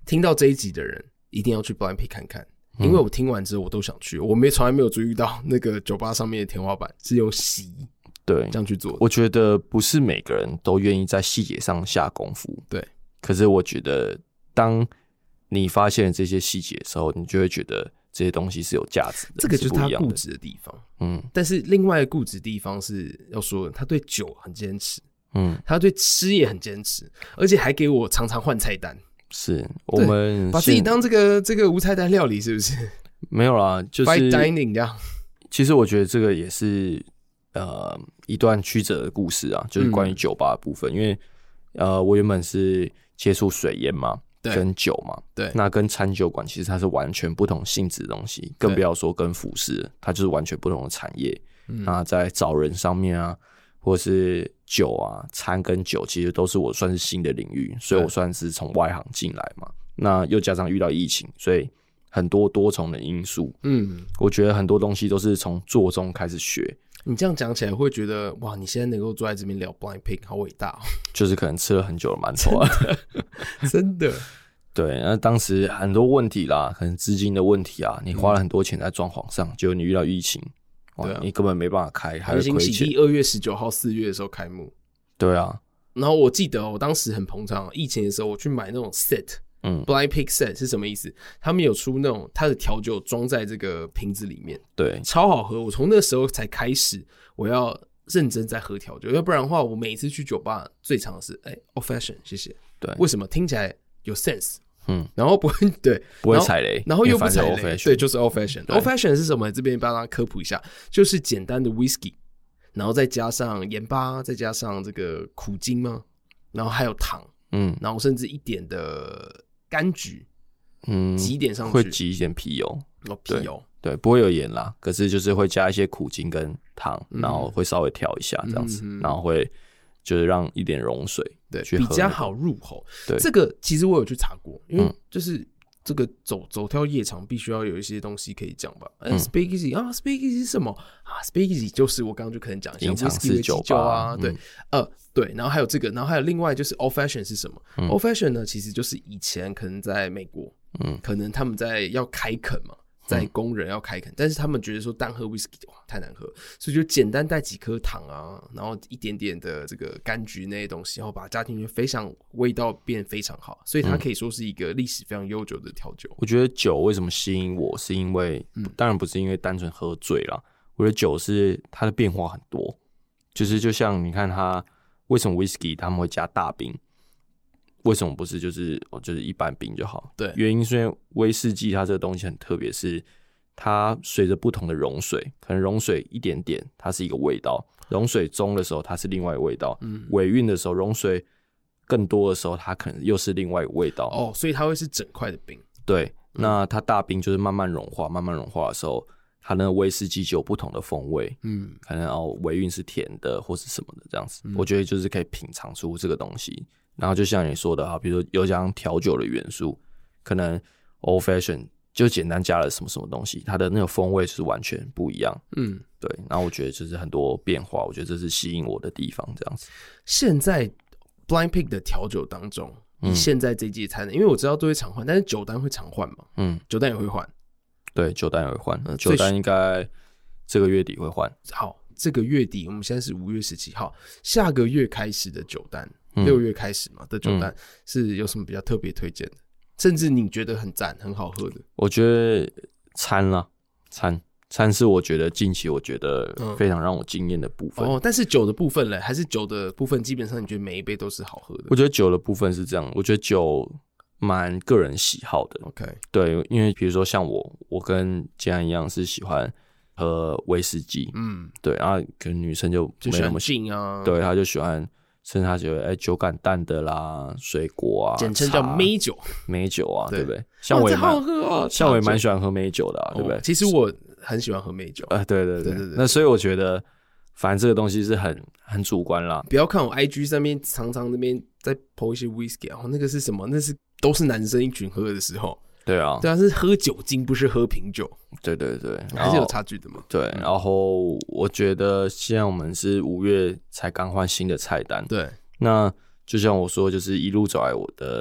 听到这一集的人一定要去 Blind Pig 看看，因为我听完之后我都想去，我从来没有注意到那个酒吧上面的天花板是用洗对这样去做的。 我觉得不是每个人都愿意在细节上下功夫， 对。 可是我觉得，当你发现这些细节的时候，你就会觉得这些东西是有价值的。 这个就是他固执的地方。但是另外一个固执的地方是要说，他对酒很坚持，他对吃也很坚持，而且还给我常常换菜单。 是我们把自己当这个无菜单料理，是不是？ 没有啦，就是 fine dining 这样。 其实我觉得这个也是一段曲折的故事啊，就是关于酒吧的部分。因为我原本是接触水烟嘛，跟酒嘛，对，那跟餐酒馆其实它是完全不同性质的东西，更不要说跟服饰，它就是完全不同的产业。那在找人上面啊，或者是酒啊，餐跟酒其实都是我算是新的领域，所以我算是从外行进来嘛。那又加上遇到疫情，所以很多多重的因素。我觉得很多东西都是从做中开始学。 你这样讲起来会觉得哇，你现在能够坐在这边聊 Blind Pig 好伟大哦。 就是可能吃了很久的馒头啊， 真的。 对，那当时很多问题啦，可能资金的问题啊，你花了很多钱在装潢上，结果你遇到疫情，你根本没办法开，还会亏钱。 2月19号4月的时候开幕。 对啊。 然后我记得我当时很捧场，疫情的时候我去买那种 set。Blind Pig set 是什么意思？他们有出那种它的调酒装在这个瓶子里面，对，超好喝。我从那时候才开始，我要认真在喝调酒，要不然的话，我每一次去酒吧最常的是old fashion， 谢谢。对，为什么听起来有 sense？然后不会对， 不会踩雷， 然后又不踩雷，对，就是 old fashion。old fashion 是什么？这边帮大家科普一下，就是简单的 whisky， 然后再加上盐巴，再加上这个苦精嘛，然后还有糖，然后甚至一点的柑橘，挤一点上去， 会挤一点皮油， 皮油， 对，不会有盐啦，可是就是会加一些苦精跟糖，然后会稍微调一下这样子，然后会就是让一点溶水，对， 比较好入口。 对， 这个其实我有去查过，因为就是这个走跳夜场必须要有一些东西可以讲吧。Speakeasy 啊 ，Speakeasy 是什么啊 ？Speakeasy 就是我刚刚就可能讲一下隐藏式酒吧啊，对，对，然后还有这个，然后还有另外就是 old fashion 是什么？old fashion 呢，其实就是以前可能在美国，可能他们要开垦嘛，在工人要开垦，但是他们觉得说单喝 whisky 哇太难喝，所以就简单带几颗糖啊，然后一点点的这个柑橘那些东西，然后把它加进去，非常味道变非常好，所以它可以说是一个历史非常悠久的调酒。 我觉得酒为什么吸引我，是因为当然不是因为单纯喝醉啦，我觉得酒是它的变化很多，就像你看它。为什么 whisky 他们会加大冰？为什么不是就是一般冰就好？对，原因是因为威士忌它这个东西很特别，是它随着不同的溶水，可能溶水一点点，它是一个味道；溶水中的时候，它是另外一个味道；尾韵的时候，溶水更多的时候，它可能又是另外一个味道。 哦，所以它会是整块的冰。 对，那它大冰就是慢慢融化，慢慢融化的时候。它那个威士忌就有不同的风味，可能尾韵是甜的或是什么的这样子，我觉得就是可以品尝出这个东西。然后就像你说的哈，比如说有加上调酒的元素，可能 old fashion 就简单加了什么什么东西，它的那个风味就是完全不一样。对。然后我觉得就是很多变化，我觉得这是吸引我的地方这样子。 现在 Blind Pig 的调酒当中，以现在这届餐，因为我知道都会常换，但是酒单会常换嘛，酒单也会换。对， 酒单也会换，酒单应该这个月底会换。 好，这个月底我们现在是5月17号，下个月开始的酒单，6月开始嘛的酒单是有什么比较特别推荐的？甚至你觉得很赞、很好喝的？ 我觉得餐啦，餐是我觉得近期我觉得非常让我惊艳的部分。 但是酒的部分嘞，还是酒的部分基本上你觉得每一杯都是好喝的？ 我觉得酒的部分是这样，我觉得酒。蛮个人喜好的 ，OK， 对，因为比如说像我跟建安一样是喜欢喝威士忌，对，然后可能女生就没那么喜欢啊， 对，她就喜欢，甚至她觉得酒感淡的啦，水果啊， 简称叫梅酒啊，对不对？像我也蛮喜欢喝梅酒的啊，对不对？ 其实我很喜欢喝梅酒， 对，那所以我觉得。反正这个东西是很主观啦， 不要看我 IG 上面常常那边在 po 一些 whisky 那个是什么？那是都是男生一群喝的时候。对啊，是喝酒精，不是喝啤酒。对，还是有差距的嘛。 对，然后我觉得现在我们是5月才刚换新的菜单。对，那就像我说，就是一路走来我的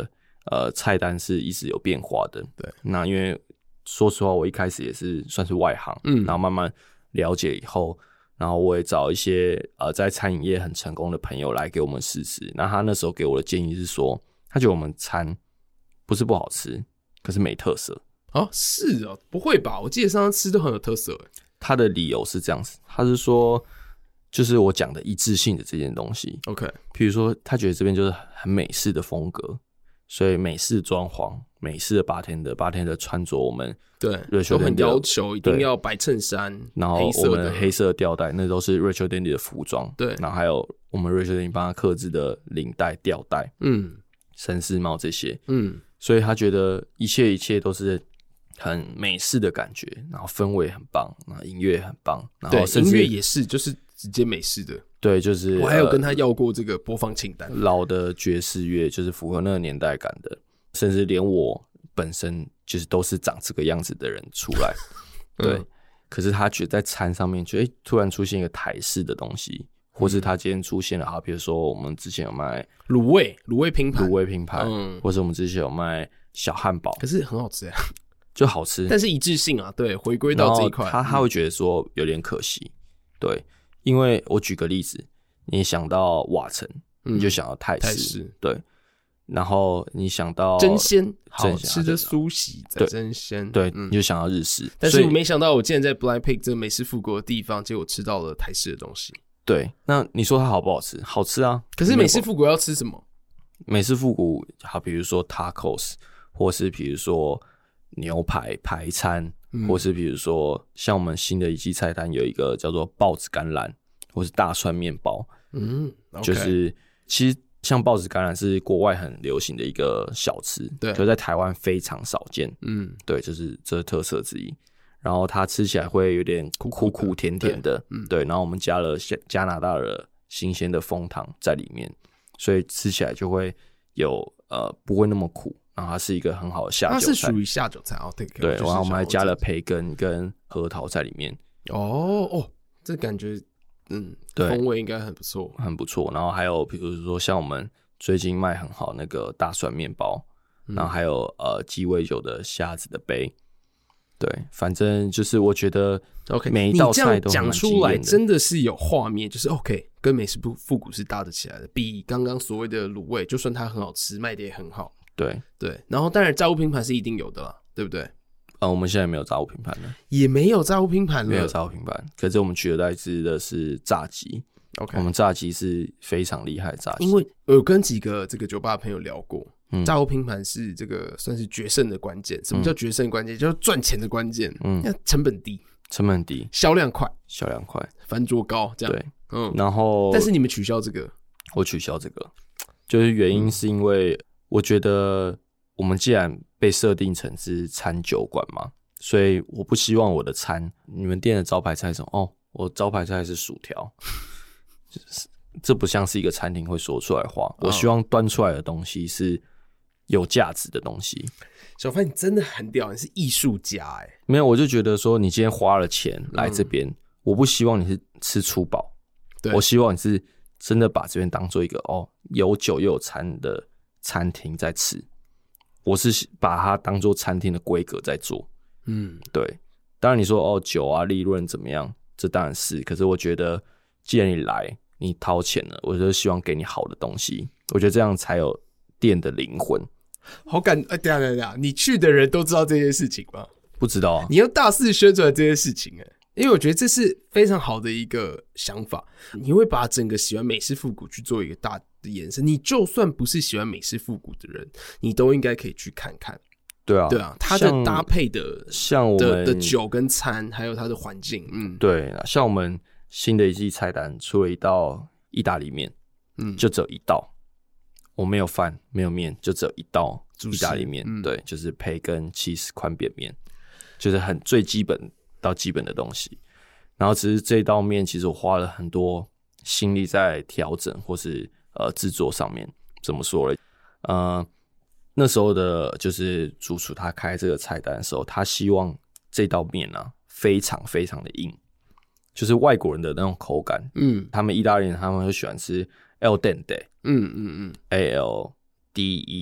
菜单是一直有变化的。 对， 那因为说实话，我一开始也是算是外行，然后慢慢了解以后，然后我也找一些在餐饮业很成功的朋友来给我们试吃。那他那时候给我的建议是说，他觉得我们餐不是不好吃，可是没特色。 哦，是哦，不会吧？我记得上次吃都很有特色。 他的理由是这样子，他是说，就是我讲的一致性的这件东西。 OK， 比如说他觉得这边就是很美式的风格，所以美式装潢、美式的bartender穿着，我们对都很要求一定要白衬衫， 然后我们黑色的吊带，那都是 Rachel Dendy 的服装。对，然后还有我们 Rachel Dendy 帮他客制的领带、吊带、绅士帽这些。所以他觉得一切都是很美式的感觉，然后氛围很棒，然后音乐很棒，然后甚至音乐也是就是直接美式的。 对，就是我还有跟他要过这个播放清单， 老的爵士乐就是符合那个年代感的，甚至连我本身就是都是长这个样子的人出来。对，可是他觉得在餐上面就突然出现一个台式的东西，或是他今天出现了比如说我们之前有卖卤味拼盘， 或者我们之前有卖小汉堡， 可是很好吃呀。 就好吃， 但是一致性啊，对，回归到这一块， 他会觉得说有点可惜，对，因为我举个例子，你想到瓦城，你就想到泰式，对，然后你想到真鲜，好吃的苏喜在真鲜， 对，你就想到日式， 但是我没想到我竟然在 Blind Pig 这个美式复古的地方，结果吃到了台式的东西。 对，那你说它好不好吃？好吃啊， 可是美式复古要吃什么？ 美式复古，好，比如说 tacos， 或是比如说牛排排餐，或是比如说像我们新的一季菜单有一个叫做豹子甘蓝，或是大蒜面包。okay. 就是其实像豹子甘蓝是国外很流行的一个小吃，对，就在台湾非常少见。对，就是这是特色之一。然后它吃起来会有点苦甜甜的，对。然后我们加了加拿大的新鲜的枫糖在里面，所以吃起来就会有不会那么苦。然后它是一个很好的下酒菜，它是属于下酒菜。 对，然后我们还加了培根跟核桃在里面。 这感觉风味应该很不错， 很不错。然后还有比如说像我们最近卖很好那个大蒜面包，然后还有鸡尾酒的虾子的杯。对，反正就是我觉得每一道菜都讲出来真的是有画面，就是 OK， 跟美式复古是搭得起来的，比刚刚所谓的卤味，就算它很好吃，卖的也很好。对，然后当然炸物拼盘是一定有的啦，对不对？ 我们现在没有炸物拼盘了， 也没有炸物拼盘了， 没有炸物拼盘。可是我们取而代之的是炸鸡。OK， 我们炸鸡是非常厉害的炸鸡， 因为我有跟几个这个酒吧的朋友聊过，炸物拼盘是这个算是决胜的关键。什么叫决胜关键？就是赚钱的关键。成本低，销量快，翻桌高，这样。 对，然后但是你们取消这个， 我取消这个，就是原因是因为我觉得我们既然被设定成是餐酒馆嘛，所以我不希望我的餐，你们店的招牌菜是什么？我招牌菜是薯条，这不像是一个餐厅会说出来的话。我希望端出来的东西是有价值的东西。 小范，你真的很屌，你是艺术家欸。 没有，我就觉得说你今天花了钱来这边，我不希望你是吃粗饱，我希望你是真的把这边当做一个有酒又有餐的餐厅在吃。我是把它当做餐厅的规格在做。对。当然你说酒啊利润怎么样，这当然是。可是我觉得既然你来，你掏钱了，我就希望给你好的东西。我觉得这样才有店的灵魂。 好感等一下，你去的人都知道这件事情吗？ 不知道啊。 你要大肆宣传这件事情因为我觉得这是非常好的一个想法。你会把整个喜欢美式复古去做一个大的延伸。你就算不是喜欢美式复古的人，你都应该可以去看看。对啊，它的搭配的像我们的酒跟餐，还有它的环境。 对，像我们新的一季菜单出了一道意大利面，就只有一道。我没有饭，没有面，就只有一道意大利面。对，就是培根、cheese 宽扁面，就是很最基本到基本的东西。然后只是这道面，其实我花了很多心力在调整或是制作上面。怎么说呢？那时候的就是主厨他开这个菜单的时候，他希望这道面非常非常的硬，就是外国人的那种口感。他们意大利人他们会喜欢吃 al dente。ALDENTE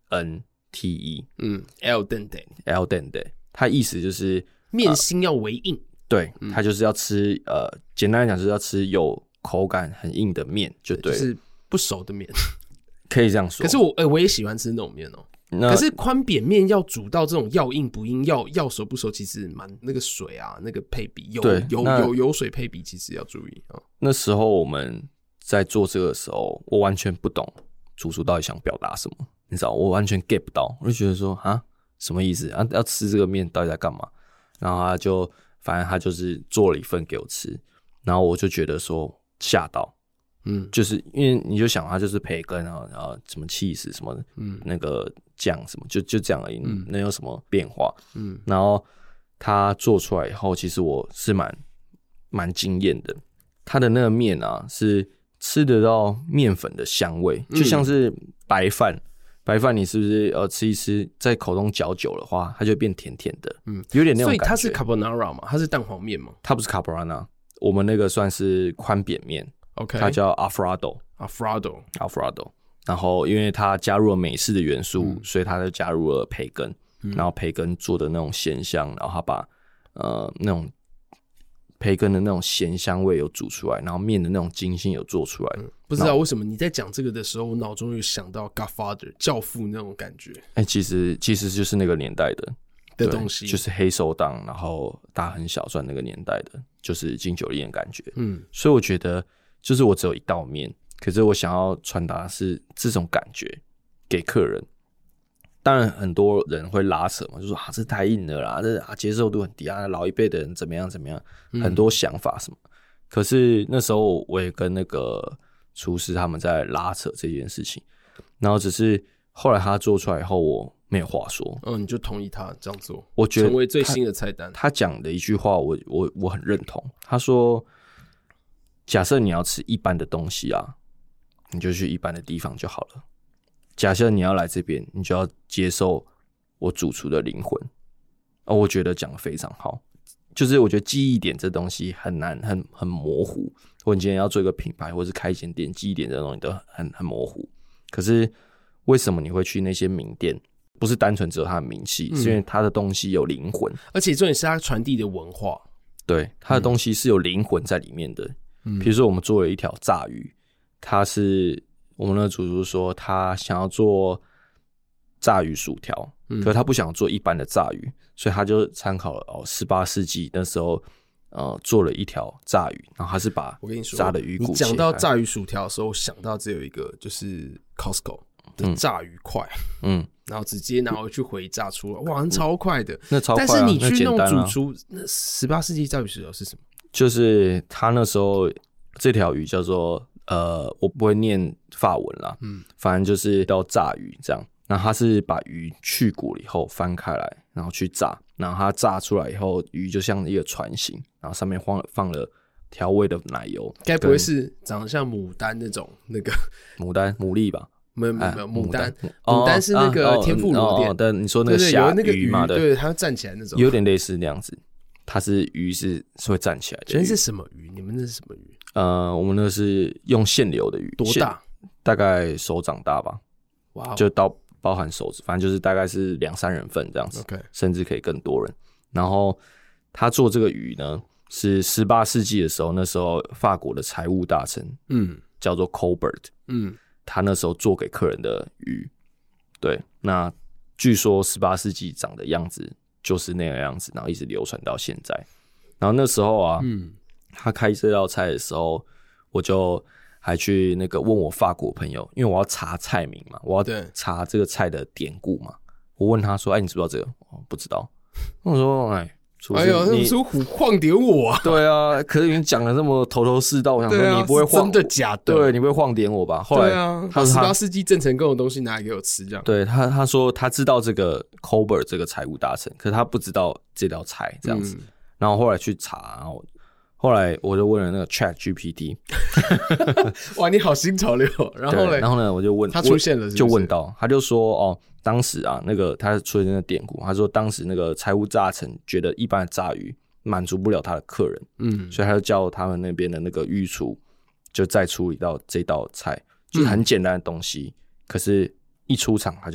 ，al dente，al dente， 它意思就是面心要为硬。 对，它就是要吃简单来讲就是要吃有口感很硬的面，就对了， 就是不熟的面， 可以这样说。 可是我也喜欢吃那种面哦。可是宽扁面要煮到这种要硬不硬，要熟不熟，其实蛮那个水啊，那个配比油水配比，其实要注意啊。 那时候我们在做这个的时候，我完全不懂主厨到底想表达什么，你知道，我完全 get 不到，我就觉得说啊，什么意思啊？要吃这个面到底在干嘛？然后反正他就是做了一份给我吃，然后我就觉得说吓到。就是因为你就想它就是培根啊，然后什么cheese什么那个酱什么就这样而已，能有什么变化？然后它做出来以后，其实我是蛮惊艳的。它的那个面啊，是吃得到面粉的香味，就像是白饭。白饭你是不是吃一吃，在口中嚼久的话，它就变甜甜的，有点那种感觉。所以它是 carbonara 嘛？它是蛋黄面吗？ 它不是 carbonara， 我们那个算是宽扁面。 OK， 它叫 Alfredo， 然后因为它加入了美式的元素，所以它就加入了培根，然后培根做的那种咸香，然后它把那种培根的那种咸香味有煮出来，然后面的那种筋性有做出来。 不知道为什么你在讲这个的时候，我脑中有想到 Godfather 教父那种感觉。 其实就是那个年代的东西， 就是黑手党，然后大亨小传那个年代的，就是金九令的感觉。所以我觉得。就是我只有一道面，可是我想要传达的是这种感觉给客人。当然很多人会拉扯嘛，就说这太硬了啦，这接受度很低啊，老一辈的人怎么样，很多想法什么。可是那时候我也跟那个厨师他们在拉扯这件事情，然后只是后来他做出来以后，我没有话说。 你就同意他这样做， 我觉得成为最新的菜单。 他讲的一句话我很认同，他说。假设你要吃一般的东西啊，你就去一般的地方就好了。假设你要来这边，你就要接受我主厨的灵魂。我觉得讲得非常好，就是我觉得记忆点这东西很难，很模糊。或你今天要做一个品牌，或是开一间店，记忆点这东西都很模糊。可是为什么你会去那些名店？不是单纯只有它的名气，是因为它的东西有灵魂， 而且重点是它传递的文化。 对，它的东西是有灵魂在里面的。比如说我们做了一条炸鱼，它是我们的主厨说他想要做炸鱼薯条，可是他不想做一般的炸鱼，所以他就参考了18世纪那时候做了一条炸鱼，然后他是把炸的鱼骨切开。 你讲到炸鱼薯条的时候，想到只有一个就是 Costco 的炸鱼块，然后直接拿回去回炸出来，哇，超快的， 那超快啊。 但是你去弄主厨，那18世纪炸鱼薯条是什么？ 就是他那时候这条鱼叫做我不会念法文啦，反正就是叫炸鱼这样。然后他是把鱼去骨以后翻开来，然后去炸，然后它炸出来以后，鱼就像一个船形，然后上面放了调味的奶油。 该不会是长得像牡丹那种那个牡蛎吧？ 没有牡丹是那个天妇罗店。 但你说那个虾鱼嘛， 对，它站起来那种， 有点类似那样子。它是鱼是会站起来的。 那是什么鱼？你们那是什么鱼？ 我们那是用现流的鱼。 多大？ 大概手掌大吧。 哇， 就包含手指，反正就是大概是2-3人份这样子， okay. 甚至可以更多人。然后他做这个鱼呢，是18世纪的时候，那时候法国的财务大臣，叫做 Colbert，他那时候做给客人的鱼。对，那据说18世纪长的样子就是那个样子，然后一直流传到现在。然后那时候啊，他开这道菜的时候，我就还去那个问我法国朋友，因为我要查菜名嘛，我要查这个菜的典故嘛。我问他说：“哎，你知不知道这个？”不知道。我说：“ 哎呦，你说虎晃点我啊？” 对啊，可是你讲的这么头头是道，我想说你不会晃， 真的假的？ 对，你不会晃点我吧？后来他18世纪郑成功的东西拿来给我吃，这样。 对他说他知道这个 Colbert 这个财务大臣，可是他不知道这道菜这样子。然后后来去查，然后后来我就问了那个 Chat GPT， 哇，你好新潮流。然后呢，我就问他出现了是不是， 就问到，他就说当时啊，那个他出现那个典故，他说当时那个财务大臣觉得一般的炸鱼满足不了他的客人，所以他就叫他们那边的那个御厨就再出一道这道菜，就是很简单的东西，可是一出场他就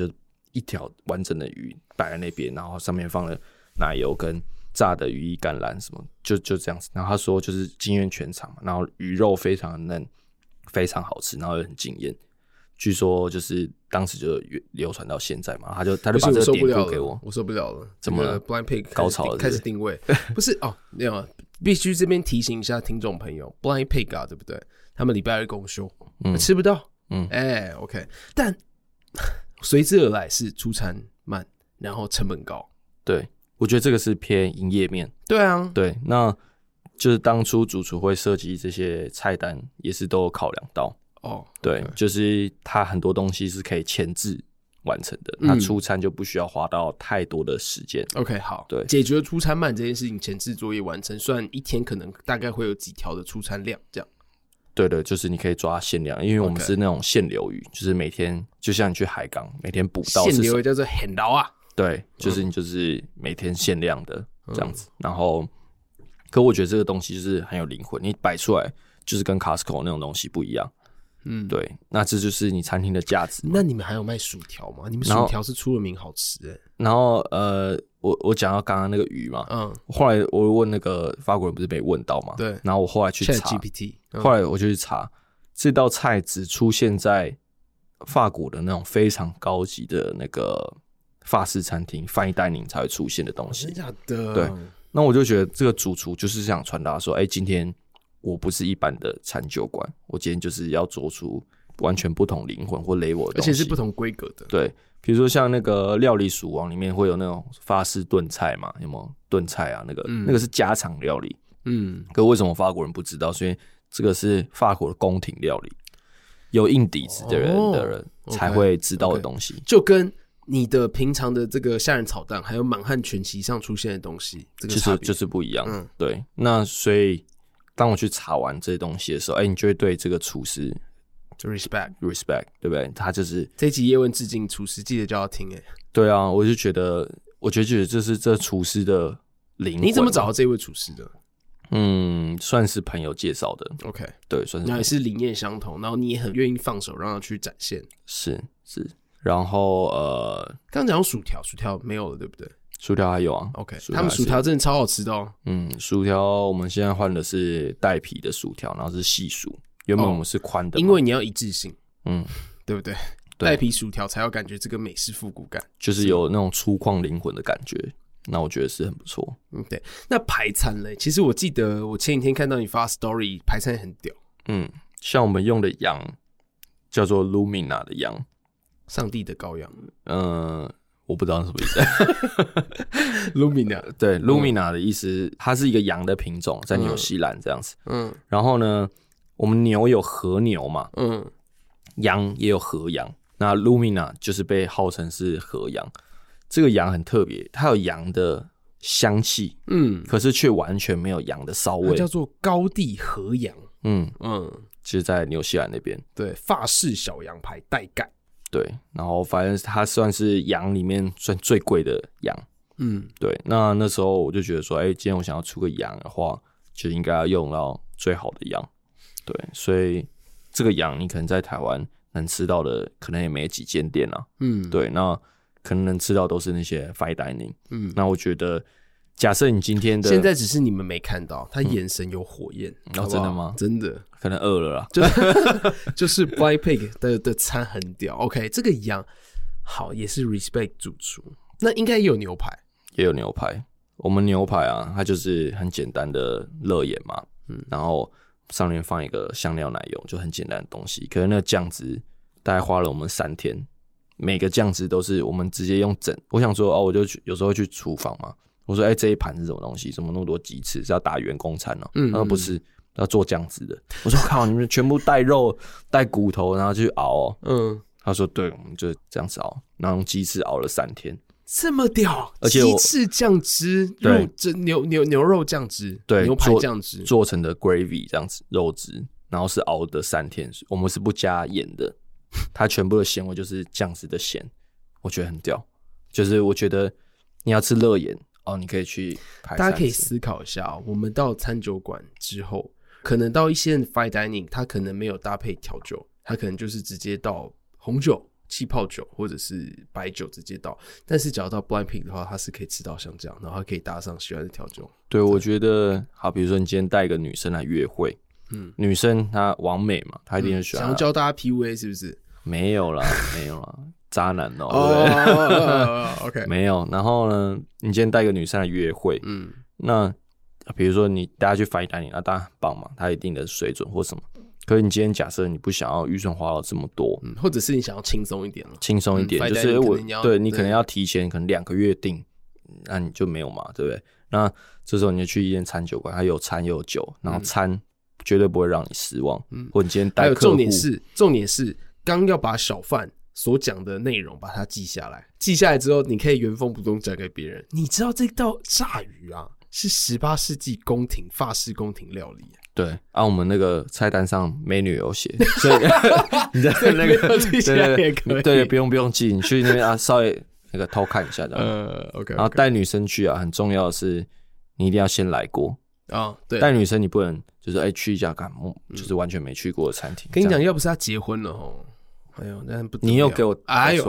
一条完整的鱼摆在那边，然后上面放了奶油跟炸的羽衣甘蓝什么，就这样子。然后他说就是惊艳全场，然后鱼肉非常的嫩，非常好吃，然后又很惊艳。据说就是当时就流传到现在嘛，他就把这个典故给我， 我受不了了， 怎么了 ？Blind Pig 高潮了开始定位，不是哦，没有，必须这边提醒一下听众朋友 ，Blind Pig 啊，对不对？他们礼拜二公休，吃不到，OK， 但随之而来是出餐慢，然后成本高， 对，我觉得这个是偏营业面， 对啊， 对，那就是当初主厨会设计这些菜单，也是都有考量到。对，就是它很多东西是可以前置完成的，那出餐就不需要花到太多的时间。 OK， 好， 对， 解决出餐慢这件事情，前置作业完成，虽然一天可能大概会有几条的出餐量，这样。 对的，就是你可以抓限量，因为我们是那种限流鱼，就是每天就像你去海港，每天捕到限流叫做很捞啊。 对，就是你就是每天限量的这样子。然后，可我觉得这个东西就是很有灵魂，你摆出来就是跟 Costco 那种东西不一样。对，那这就是你餐厅的价值。 那你们还有卖薯条吗？你们薯条是出了名好吃然后我讲到刚刚那个鱼嘛，后来我问那个法国人，不是没问到嘛？ 对。 然后我后来去查 ChatGPT， 后来我就去查，这道菜只出现在法国的那种非常高级的那个法式餐厅 fine dining 才会出现的东西。 真的假的？ 对。那我就觉得这个主厨就是想传达说，今天我不是一般的餐酒馆，我今天就是要做出完全不同灵魂或 level 的东西， 而且是不同规格的。 对，比如说像那个料理鼠王里面会有那种法式炖菜嘛，有没有炖菜啊？那个是家常料理。可为什么法国人不知道？所以这个是法国的宫廷料理，有硬底子的人才会知道的东西， 就跟你的平常的这个虾仁炒蛋，还有满汉全席上出现的东西，这个差别就是不一样。对，那所以当我去查完这些东西的时候，你就会对这个厨师就 respect， 对不对？他就是这一集叶问致敬厨师，记得就要听对啊，我就觉得这是这厨师的灵魂。 你怎么找到这位厨师的？ 算是朋友介绍的。 OK， 对，算是。 那也是理念相同，然后你也很愿意放手让他去展现。 是，然后刚讲薯条没有了，对不对？ 薯条还有啊 ，OK， 他们薯条真的超好吃的哦。 薯条我们现在换的是带皮的薯条，然后是细薯，原本我们是宽的， 因为你要一致性，对不对？ 对， 带皮薯条才有感觉这个美式复古感， 就是有那种粗犷灵魂的感觉。那我觉得是很不错。 对。那排餐嘞，其实我记得我前几天看到你发 story， 排餐很屌。 像我们用的羊叫做 Lumina 的羊， 上帝的羔羊。 我不知道是什么意思。 Lumina， 对，Lumina 的意思，它是一个羊的品种，在纽西兰这样子。然后呢，我们牛有和牛嘛，羊也有和羊。那 Lumina 就是被号称是和羊。这个羊很特别，它有羊的香气，可是却完全没有羊的骚味。 它叫做高地和羊。 就是在纽西兰那边。 对，法式小羊排带盖。 对，然后反正它算是羊里面算最贵的羊。对，那时候我就觉得说，今天我想要出个羊的话，就应该要用到最好的羊。对，所以这个羊你可能在台湾能吃到的，可能也没几间店啊。对，那可能吃到都是那些 fine dining。那我觉得，假设你今天的现在只是你们没看到，他眼神有火焰。好不好？ 真的吗？ 真的， 可能饿了啦。 就是 Blind Pig 的餐很屌。OK， 这个羊好也是 respect 主厨。那应该也有牛排， 也有牛排。我们牛排啊，它就是很简单的肋眼嘛，然后上面放一个香料奶油，就很简单的东西。可是那个酱汁大概花了我们3天，每个酱汁都是我们直接用整。我想说我就有时候会去厨房嘛，我说这一盘是什么东西？怎么那么多鸡翅？是要打员工餐哦？他说不是，要做酱汁的。我说靠，你们全部带肉带骨头，然后去熬哦。他说对，我们就这样子熬，然后用鸡翅熬了3天。 这么屌！ 而且鸡翅酱汁、牛肉酱汁、 对， 牛排酱汁做成的 gravy 这样子肉汁，然后是熬的3天，我们是不加盐的，它全部的咸味就是酱汁的咸，我觉得很屌。就是我觉得你要吃肋眼你可以去排餐。 大家可以思考一下我们到餐酒馆之后，可能到一些 fine dining， 它可能没有搭配调酒，它可能就是直接到红酒气泡酒或者是白酒直接倒，但是只要到 Blind Pig 的话，它是可以吃到像这样，然后它可以搭上喜欢的调酒。 对，我觉得好，比如说你今天带一个女生来约会，女生她网美嘛，她一定很喜欢。 想要教大家 PUA 是不是？ 没有啦，没有啦，渣男哦、对不对 ？OK， 没有。然后呢，你今天带一个女生来约会，那比如说你带她去fine dining，那当然很棒嘛，她有一定的水准或什么。可是你今天假设你不想要预算花到这么多， 或者是你想要轻松一点了， 轻松一点，就是对你可能要提前可能2个月订，那你就没有嘛，对不对？那这时候你就去一间餐酒馆，它有餐又有酒，然后餐绝对不会让你失望。或者你今天带客户， 还有重点是刚要把小贩所讲的内容把它记下来，记下来之后，你可以原封不动讲给别人。你知道这道炸鱼啊，是18世纪法式宫廷料理。 对，我们那个菜单上美女有写，所以你在那个对，不用记，你去那边稍微那个偷看一下的。 OK， 然后带女生去啊，很重要的是你一定要先来过啊。对， 带女生你不能就是去一家就是完全没去过的餐厅。 跟你讲，要不是他结婚了吼，哎呦，那不你又给我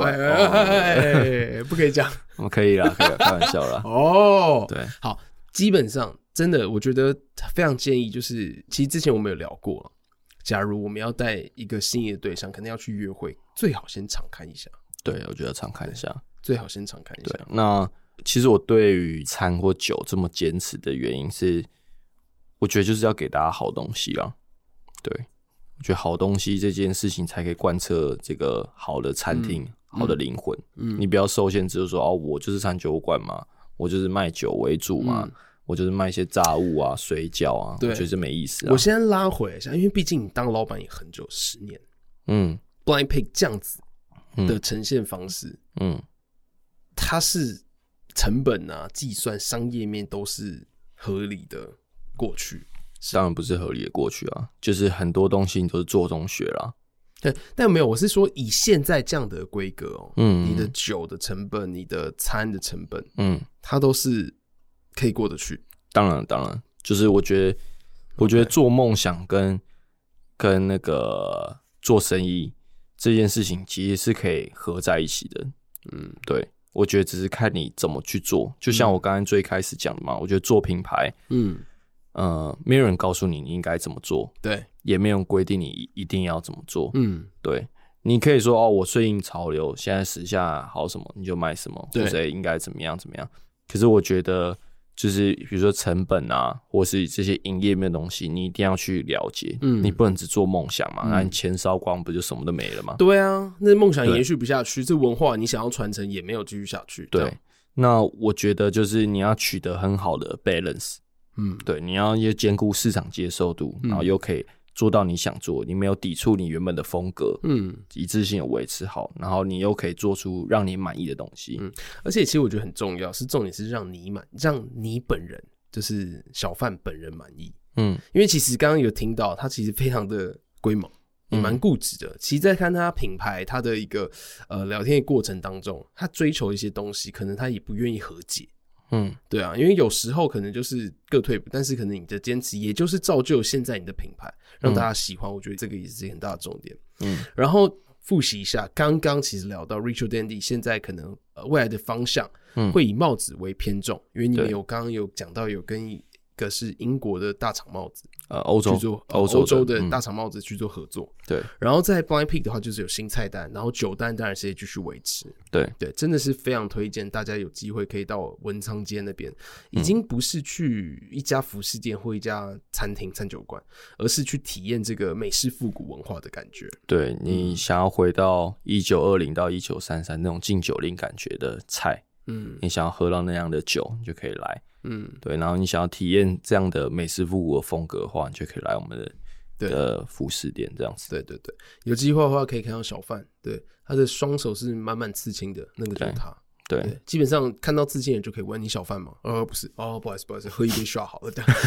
不可以讲， 我可以啦，开玩笑啦。 哦， 对， 好，基本上。真的，我觉得非常建议，就是其实之前我们有聊过了，假如我们要带一个心仪的对象，可能要去约会，最好先常看一下。 对，我觉得常看一下， 最好先常看一下。 对，那其实我对于餐或酒这么坚持的原因是，我觉得就是要给大家好东西啦。对，我觉得好东西这件事情才可以贯彻这个好的餐厅、好的灵魂。你不要受限制，就是说我就是餐酒馆嘛，我就是卖酒为主嘛。我就是卖一些炸物啊、水饺啊，我觉得没意思啊。 我先拉回来一下，因为毕竟你当老板也很久，10年。Blind Pig 这样子的呈现方式，它是成本啊、计算、商业面都是合理的过去。 当然不是合理的过去啊，就是很多东西你都是做中学啦。 对，但没有，我是说以现在这样的规格你的酒的成本、你的餐的成本，它都是。可以过得去， 当然，就是我觉得做梦想跟那个做生意这件事情其实是可以合在一起的。对，我觉得只是看你怎么去做。就像我刚刚最开始讲的嘛，我觉得做品牌，没有人告诉你应该怎么做，对，也没有人规定你一定要怎么做，对。你可以说我顺应潮流，现在时下好什么你就买什么，或者应该怎么样。可是我觉得。就是比如说成本啊，或是这些营业面的东西，你一定要去了解。你不能只做梦想嘛，那你钱烧光不就什么都没了吗？ 对啊，那梦想延续不下去，这文化你想要传承也没有继续下去。 对，那我觉得就是你要取得很好的 balance。对，你要兼顾市场接受度，然后又可以做到你想做，你没有抵触你原本的风格，一致性有维持好，然后你又可以做出让你满意的东西， 而且其实我觉得很重要，重点是让你本人，就是小贩本人满意，因为其实刚刚有听到他其实非常的龟毛，也蛮固执的。其实在看他品牌他的一个聊天的过程当中，他追求一些东西，可能他也不愿意和解。对啊，因为有时候可能就是各退步，但是可能你的坚持也就是造就现在你的品牌让大家喜欢，我觉得这个也是很大的重点。然后复习一下，刚刚其实聊到 Rachel Dandy 现在可能未来的方向会以帽子为偏重，因为你们刚刚有讲到有跟一个是英国的大厂帽子，欧洲的大厂帽子去做合作。对，然后在 Blind Pig 的话就是有新菜单，然后酒单当然是继续维持。对，真的是非常推荐大家有机会可以到文昌街那边，已经不是去一家服饰店或一家餐厅餐酒馆，而是去体验这个美式复古文化的感觉。对， 你想要回到1920到1933那种禁酒令感觉的菜，你想要喝到那样的酒，你就可以来。对，然后你想要体验这样的美式复古的风格的话，你就可以来我们的服饰店这样子。对， 有机会的话可以看到小贩，对，他的双手是满满刺青的，那个就是他。对，基本上看到刺青人就可以问你小贩吗？不是，不好意思，喝一杯刷好了。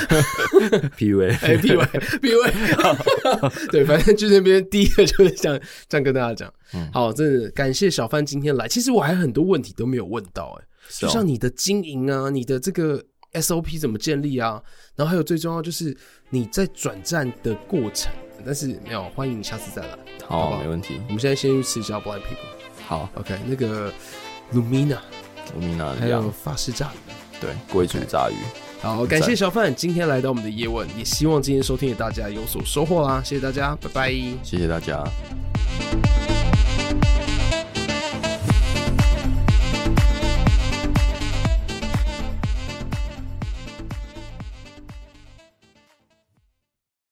PUA， 对，反正就那边第一个就是这样跟大家讲。好，真的感谢小贩今天来。其实我还有很多问题都没有问到，就像你的经营啊，你的这个 SOP 怎么建立啊，然后还有最重要就是你在转战的过程。但是没有，欢迎你下次再来。 好，没问题。 我们现在先去吃一下 Blind Pig。 好 ，OK， 那个 Lumina 还有法式炸鱼， 对，贵族炸鱼。 好，感谢小范今天来到我们的叶问，也希望今天收听的大家有所收获啦，谢谢大家，拜拜， 谢谢大家。